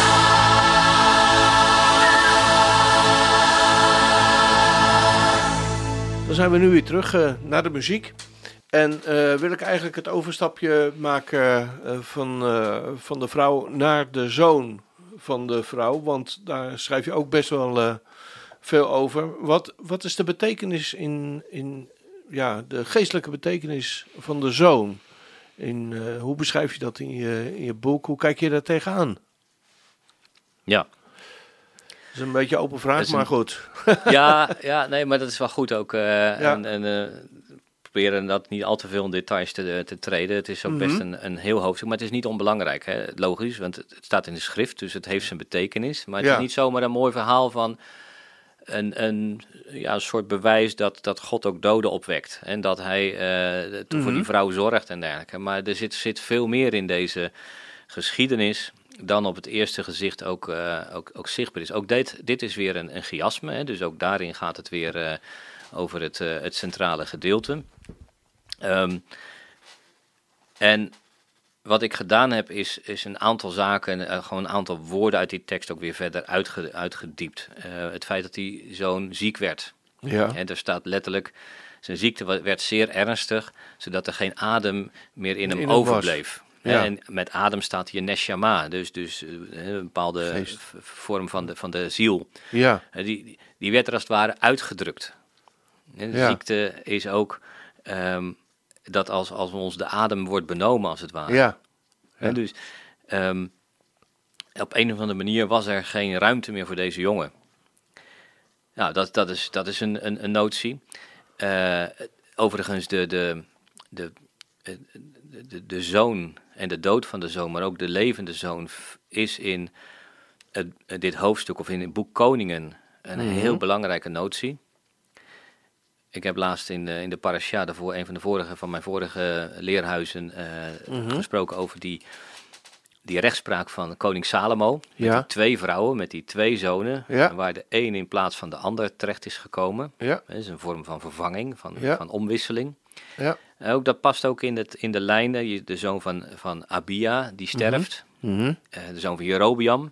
[SPEAKER 4] daar.
[SPEAKER 2] Dan zijn we nu weer terug naar de muziek. En wil ik eigenlijk het overstapje maken van de vrouw naar de zoon van de vrouw. Want daar schrijf je ook best wel veel over. Wat is de betekenis in de geestelijke betekenis van de zoon? Hoe beschrijf je dat in je boek? Hoe kijk je daar tegenaan?
[SPEAKER 3] Ja.
[SPEAKER 2] Dat is een beetje een open vraag, maar goed.
[SPEAKER 3] Nee, maar dat is wel goed ook. Proberen dat niet al te veel in details te treden. Het is ook best een heel hoofdstuk, maar het is niet onbelangrijk. Hè? Logisch, want het staat in de schrift, dus het heeft zijn betekenis. Maar het is niet zomaar een mooi verhaal van een soort bewijs dat God ook doden opwekt. En dat hij voor die vrouw zorgt en dergelijke. Maar er zit veel meer in deze geschiedenis dan op het eerste gezicht ook zichtbaar is. Ook dit is weer een chiasme, hè? Dus ook daarin gaat het weer over het centrale gedeelte. En wat ik gedaan heb is een aantal zaken, gewoon een aantal woorden uit die tekst ook weer verder uitgediept. Het feit dat die zoon ziek werd.
[SPEAKER 2] Ja.
[SPEAKER 3] En er staat letterlijk, zijn ziekte werd zeer ernstig, zodat er geen adem meer in hem overbleef. Ja. En met adem staat hier neshama, dus een bepaalde vorm van de ziel.
[SPEAKER 2] Ja.
[SPEAKER 3] Die werd er als het ware uitgedrukt. En de ziekte is ook dat als ons de adem wordt benomen, als het ware. Ja. En dus op een of andere manier was er geen ruimte meer voor deze jongen. Nou, dat is een notie. Overigens, de zoon en de dood van de zoon, maar ook de levende zoon, is in dit hoofdstuk of in het boek Koningen een heel belangrijke notie. Ik heb laatst in de parasha, een van mijn vorige leerhuizen, gesproken over die rechtspraak van koning Salomo. Met die 2 vrouwen, met die 2 zonen, waar de een in plaats van de ander terecht is gekomen. Ja. Dat is een vorm van vervanging, van omwisseling. Ja. Ook dat past ook in de lijnen. De zoon van Abia, die sterft. De zoon van Jerobeam.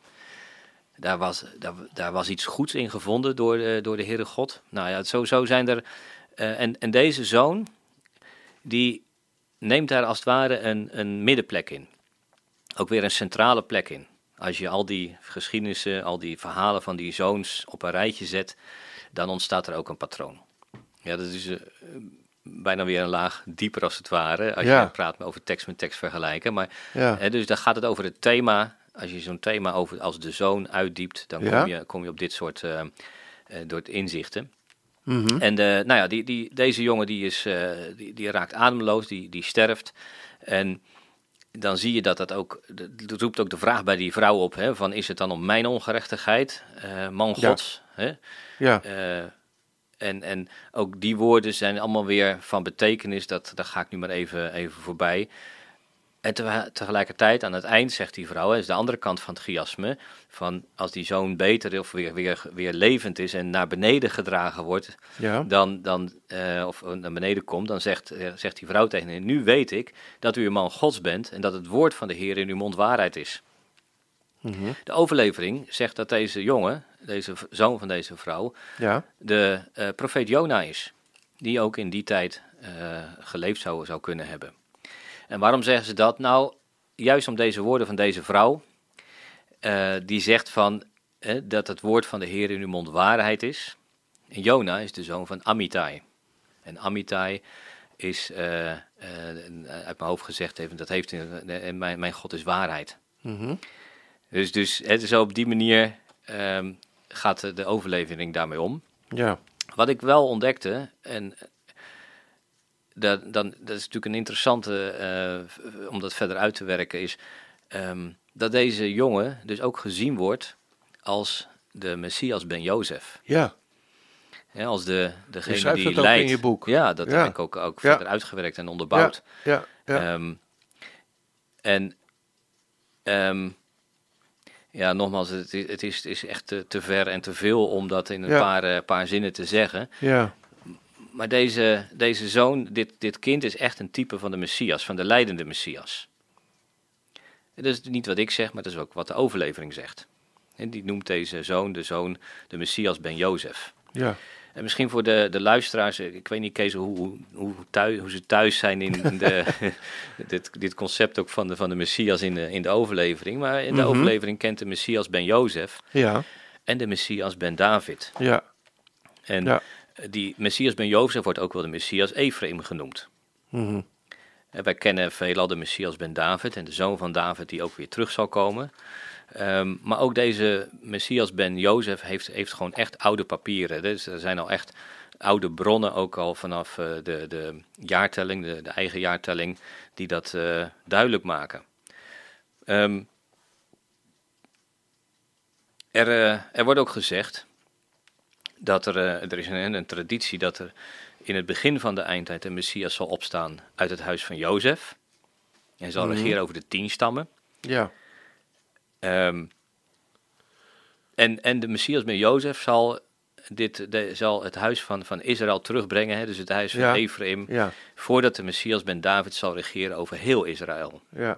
[SPEAKER 3] Daar was iets goeds in gevonden door de Heere God. Nou ja, zo zijn er. En deze zoon, die neemt daar als het ware een middenplek in. Ook weer een centrale plek in. Als je al die geschiedenissen, al die verhalen van die zoons op een rijtje zet, dan ontstaat er ook een patroon. Ja, dat is bijna weer een laag dieper als het ware, als je praat over tekst met tekst vergelijken. Maar, dus dan gaat het over het thema. Als je zo'n thema als de zoon uitdiept, dan kom je op dit soort door inzichten. En deze jongen die raakt ademloos, die sterft. En dan zie je dat ook, dat roept ook de vraag bij die vrouw op, hè, van is het dan om mijn ongerechtigheid, man Gods? Hè?
[SPEAKER 2] Ja.
[SPEAKER 3] En ook die woorden zijn allemaal weer van betekenis, daar ga ik nu maar even voorbij. En tegelijkertijd aan het eind zegt die vrouw, is de andere kant van het chiasme, van als die zoon beter of weer levend is en naar beneden gedragen wordt, of naar beneden komt, dan zegt die vrouw tegen hem, nu weet ik dat u een man Gods bent en dat het woord van de Heer in uw mond waarheid is. Mm-hmm. De overlevering zegt dat deze jongen, deze zoon van deze vrouw, de profeet Jona is, die ook in die tijd geleefd zou kunnen hebben. En waarom zeggen ze dat? Nou, juist om deze woorden van deze vrouw, die zegt van dat het woord van de Heer in uw mond waarheid is. En Jona is de zoon van Amittai. En Amittai is, uit mijn hoofd gezegd even, dat heeft mijn God is waarheid. Mm-hmm. Dus het is op die manier gaat de overlevering daarmee om. Ja. Wat ik wel ontdekte, en dat is natuurlijk een interessante, om dat verder uit te werken, is dat deze jongen dus ook gezien wordt als de Messias ben Jozef. Ja. Ja, als degene die leidt.
[SPEAKER 2] In je boek.
[SPEAKER 3] Ja, dat heb ik ook verder uitgewerkt en onderbouwd. Ja. Nogmaals, het is echt te ver en te veel om dat in een paar zinnen te zeggen. Ja. Maar deze zoon, dit kind is echt een type van de Messias, van de lijdende Messias. Dat is niet wat ik zeg, maar dat is ook wat de overlevering zegt. En die noemt deze zoon, de Messias ben Jozef. Ja. En misschien voor de luisteraars, ik weet niet, Kees, hoe ze thuis zijn in dit concept ook van de Messias in de overlevering. Maar in de overlevering kent de Messias ben Jozef en de Messias ben David. Ja. En die Messias ben Jozef wordt ook wel de Messias Ephraim genoemd. Mm-hmm. En wij kennen veelal de Messias ben David en de zoon van David die ook weer terug zal komen. Maar ook deze Messias ben Jozef heeft gewoon echt oude papieren. Dus er zijn al echt oude bronnen, ook al vanaf de jaartelling, de eigen jaartelling, die dat duidelijk maken. Er wordt ook gezegd dat er is een traditie dat er in het begin van de eindtijd een Messias zal opstaan uit het huis van Jozef. Hij zal regeren over de 10 stammen. Ja. En de Messias ben Jozef zal het huis van Israël terugbrengen, hè, dus het huis van Ephraim, voordat de Messias ben David zal regeren over heel Israël. Ja.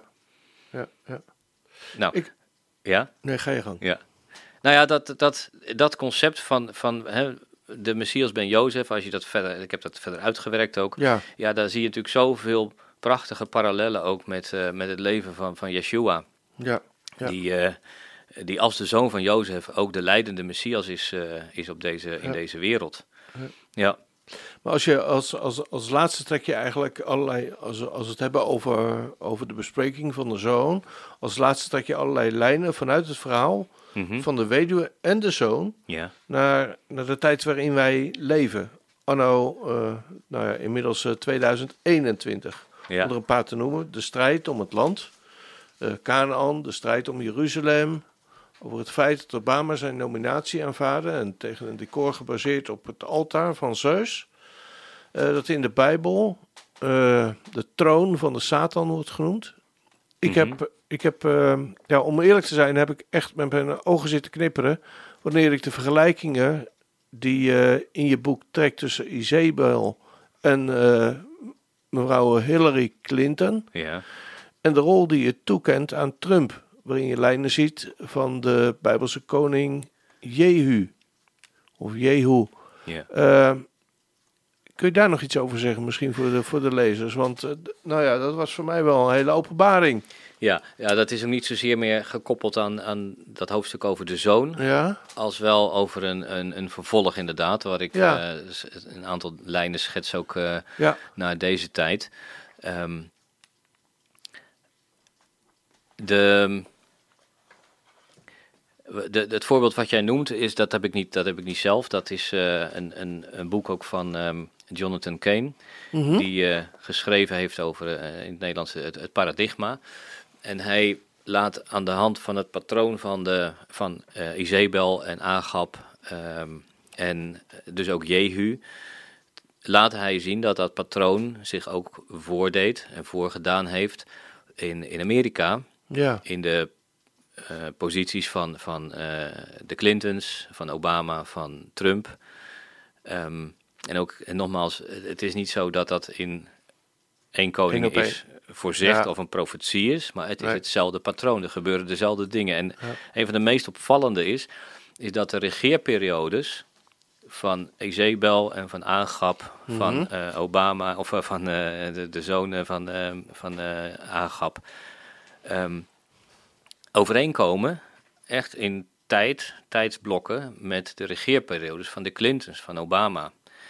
[SPEAKER 3] Nou,
[SPEAKER 2] Nee, ga je gang.
[SPEAKER 3] Ja. Nou ja, dat concept van de Messias ben Jozef, als je dat verder, ik heb dat verder uitgewerkt ook. Ja, daar zie je natuurlijk zoveel prachtige parallellen ook met het leven van Yeshua. Ja. Die als de zoon van Jozef ook de leidende Messias is in deze wereld. Ja.
[SPEAKER 2] Maar als je als laatste trek je eigenlijk allerlei, als we het hebben over de bespreking van de zoon, als laatste trek je allerlei lijnen vanuit het verhaal van de weduwe en de zoon naar de tijd waarin wij leven. Anno, inmiddels 2021. Om er een paar te noemen. De strijd om het land. Kanaan, de strijd om Jeruzalem. Over het feit dat Obama zijn nominatie aanvaarde en tegen een decor gebaseerd op het altaar van Zeus. Dat in de Bijbel de troon van de Satan wordt genoemd. Ik heb, om eerlijk te zijn, heb ik echt met mijn ogen zitten knipperen wanneer ik de vergelijkingen die in je boek trekt tussen Isabel en mevrouw Hillary Clinton. Ja. En de rol die je toekent aan Trump, waarin je lijnen ziet van de Bijbelse koning Jehu. Of Jehu. Ja. Kun je daar nog iets over zeggen, misschien voor de lezers? Want dat was voor mij wel een hele openbaring.
[SPEAKER 3] Ja, dat is ook niet zozeer meer gekoppeld aan dat hoofdstuk over de zoon. Ja. Als wel over een vervolg inderdaad, waar ik een aantal lijnen schets ook naar deze tijd. Het voorbeeld wat jij noemt, dat heb ik niet zelf. Dat is een boek ook van Jonathan Kane, die geschreven heeft over in het Nederlands het paradigma. En hij laat aan de hand van het patroon van Izebel en Agab en dus ook Jehu, laat hij zien dat dat patroon zich ook voordeed en voorgedaan heeft in Amerika.
[SPEAKER 2] Ja.
[SPEAKER 3] In de posities van de Clintons, van Obama, van Trump. En nogmaals, het is niet zo dat dat in één koning is voorzegd of een profetie is, maar het is hetzelfde patroon. Er gebeuren dezelfde dingen. En een van de meest opvallende is dat de regeerperiodes van Izebel en van Agab, van Obama, of van de zonen van Agab, overeenkomen, echt in tijdsblokken, met de regeerperiodes van de Clintons, van Obama.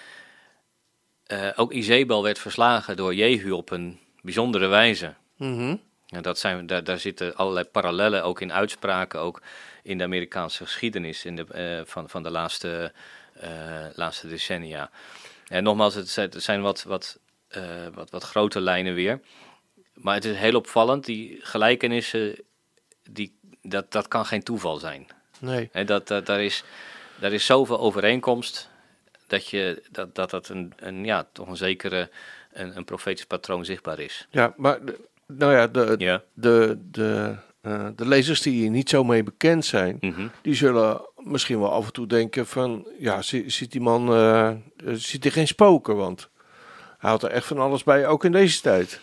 [SPEAKER 3] Ook Izebel werd verslagen door Jehu op een bijzondere wijze. Daar zitten allerlei parallellen, ook in uitspraken, ook in de Amerikaanse geschiedenis van de laatste decennia. En nogmaals, het zijn wat grote lijnen weer. Maar het is heel opvallend, die gelijkenissen, dat kan geen toeval zijn.
[SPEAKER 2] Nee.
[SPEAKER 3] Daar is zoveel overeenkomst dat toch een zekere een profetisch patroon zichtbaar is.
[SPEAKER 2] Ja, maar de lezers die hier niet zo mee bekend zijn, die zullen misschien wel af en toe denken van, ja, ziet die man, ziet hij geen spoken? Want hij houdt er echt van alles bij, ook in deze tijd.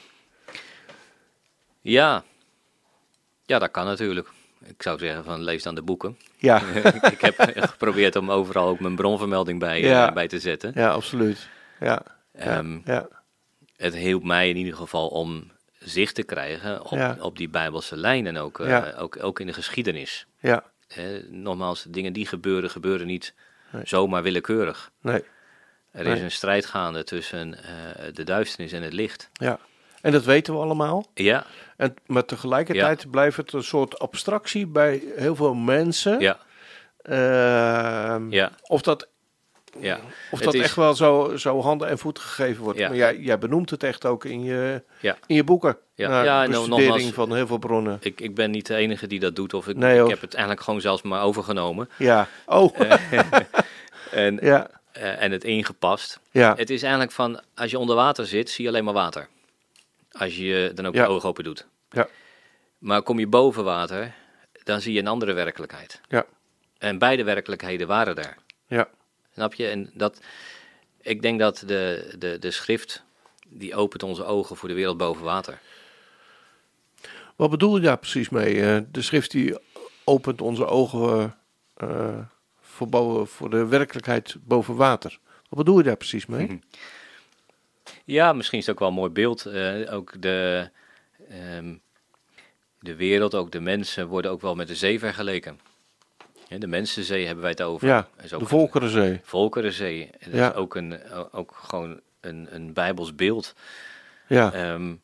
[SPEAKER 3] Ja, dat kan natuurlijk. Ik zou zeggen van lees dan de boeken.
[SPEAKER 2] Ja.
[SPEAKER 3] Ik heb geprobeerd om overal ook mijn bronvermelding bij te zetten.
[SPEAKER 2] Ja, absoluut. Ja.
[SPEAKER 3] Het hielp mij in ieder geval om zicht te krijgen op die Bijbelse lijn en ook in de geschiedenis.
[SPEAKER 2] Ja.
[SPEAKER 3] Nogmaals, dingen die gebeuren niet zomaar willekeurig.
[SPEAKER 2] Nee.
[SPEAKER 3] Er is een strijd gaande tussen de duisternis en het licht.
[SPEAKER 2] Ja. En dat weten we allemaal.
[SPEAKER 3] Ja.
[SPEAKER 2] Maar tegelijkertijd blijft het een soort abstractie bij heel veel mensen.
[SPEAKER 3] Ja.
[SPEAKER 2] Of dat echt wel zo handen en voeten gegeven wordt.
[SPEAKER 3] Ja.
[SPEAKER 2] Maar jij benoemt het echt ook in je boeken.
[SPEAKER 3] Ja.
[SPEAKER 2] Bestudering van heel veel bronnen.
[SPEAKER 3] Ik ben niet de enige die dat doet. Of ik heb het eigenlijk gewoon zelfs maar overgenomen.
[SPEAKER 2] Ja. Oh.
[SPEAKER 3] En het ingepast.
[SPEAKER 2] Ja.
[SPEAKER 3] Het is eigenlijk van, als je onder water zit, zie je alleen maar water. Als je dan ook je ogen open doet.
[SPEAKER 2] Ja.
[SPEAKER 3] Maar kom je boven water, dan zie je een andere werkelijkheid.
[SPEAKER 2] Ja.
[SPEAKER 3] En beide werkelijkheden waren er.
[SPEAKER 2] Ja.
[SPEAKER 3] Snap je? En ik denk dat de schrift, die opent onze ogen voor de wereld boven water.
[SPEAKER 2] Wat bedoel je daar precies mee? De schrift die opent onze ogen voor de werkelijkheid boven water. Wat bedoel je daar precies mee?
[SPEAKER 3] Ja, misschien is het ook wel een mooi beeld. Ook de wereld, ook de mensen worden ook wel met de zee vergeleken. De Mensenzee hebben wij het over.
[SPEAKER 2] Ja,
[SPEAKER 3] is ook
[SPEAKER 2] de Volkerenzee.
[SPEAKER 3] Volkerenzee. Dat is ook gewoon een Bijbels beeld.
[SPEAKER 2] Ja.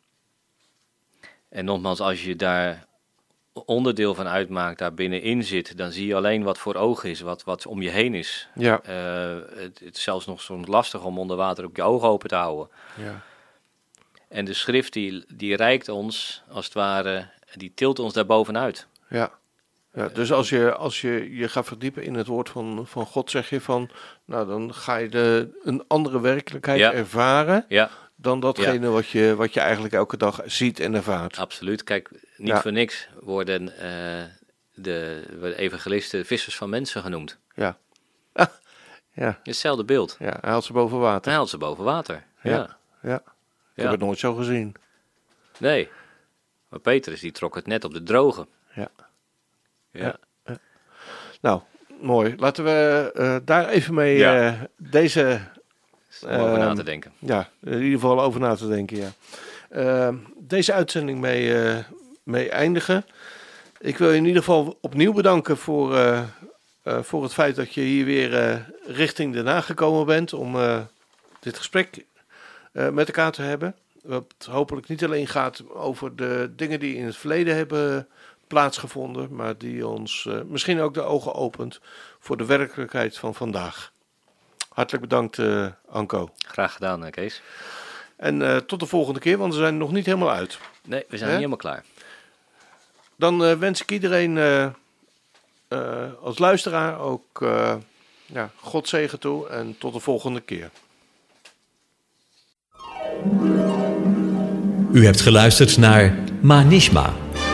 [SPEAKER 3] En nogmaals, als je daar onderdeel van uitmaakt, daar binnenin zit, dan zie je alleen wat voor ogen is, wat om je heen is.
[SPEAKER 2] Ja.
[SPEAKER 3] Het is zelfs nog soms lastig om onder water ook je ogen open te houden.
[SPEAKER 2] Ja.
[SPEAKER 3] En de schrift die reikt ons, als het ware, die tilt ons daarbovenuit.
[SPEAKER 2] Ja. Ja, dus als je gaat verdiepen in het woord van God, zeg je van, nou dan ga je een andere werkelijkheid ervaren dan datgene wat je eigenlijk elke dag ziet en ervaart.
[SPEAKER 3] Absoluut. Kijk, niet voor niks worden de evangelisten vissers van mensen genoemd.
[SPEAKER 2] Ja. Ja.
[SPEAKER 3] Hetzelfde beeld.
[SPEAKER 2] Ja, hij haalt ze boven water.
[SPEAKER 3] Hij haalt ze boven water. Ja.
[SPEAKER 2] Ik heb het nooit zo gezien.
[SPEAKER 3] Nee. Maar Petrus die trok het net op de droge.
[SPEAKER 2] Ja. Nou, mooi. Laten we daar even mee deze...
[SPEAKER 3] om over na te denken.
[SPEAKER 2] Ja, in ieder geval over na te denken, ja. Deze uitzending mee eindigen. Ik wil je in ieder geval opnieuw bedanken voor het feit dat je hier weer richting Den Haag gekomen bent om dit gesprek met elkaar te hebben. Wat hopelijk niet alleen gaat over de dingen die in het verleden hebben plaatsgevonden, maar die ons misschien ook de ogen opent voor de werkelijkheid van vandaag. Hartelijk bedankt, Anko.
[SPEAKER 3] Graag gedaan, Kees.
[SPEAKER 2] En tot de volgende keer, want we zijn nog niet helemaal uit.
[SPEAKER 3] Nee, we zijn niet helemaal klaar.
[SPEAKER 2] Dan wens ik iedereen als luisteraar ook God zegen toe en tot de volgende keer.
[SPEAKER 1] U hebt geluisterd naar Manishma.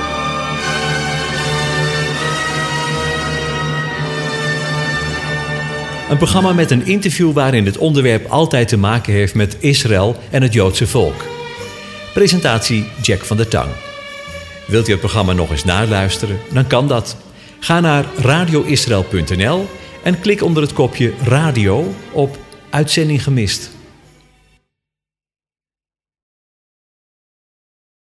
[SPEAKER 1] Een programma met een interview waarin het onderwerp altijd te maken heeft met Israël en het Joodse volk. Presentatie Jack van der Tang. Wilt u het programma nog eens naluisteren? Dan kan dat. Ga naar radioisrael.nl en klik onder het kopje radio op Uitzending gemist.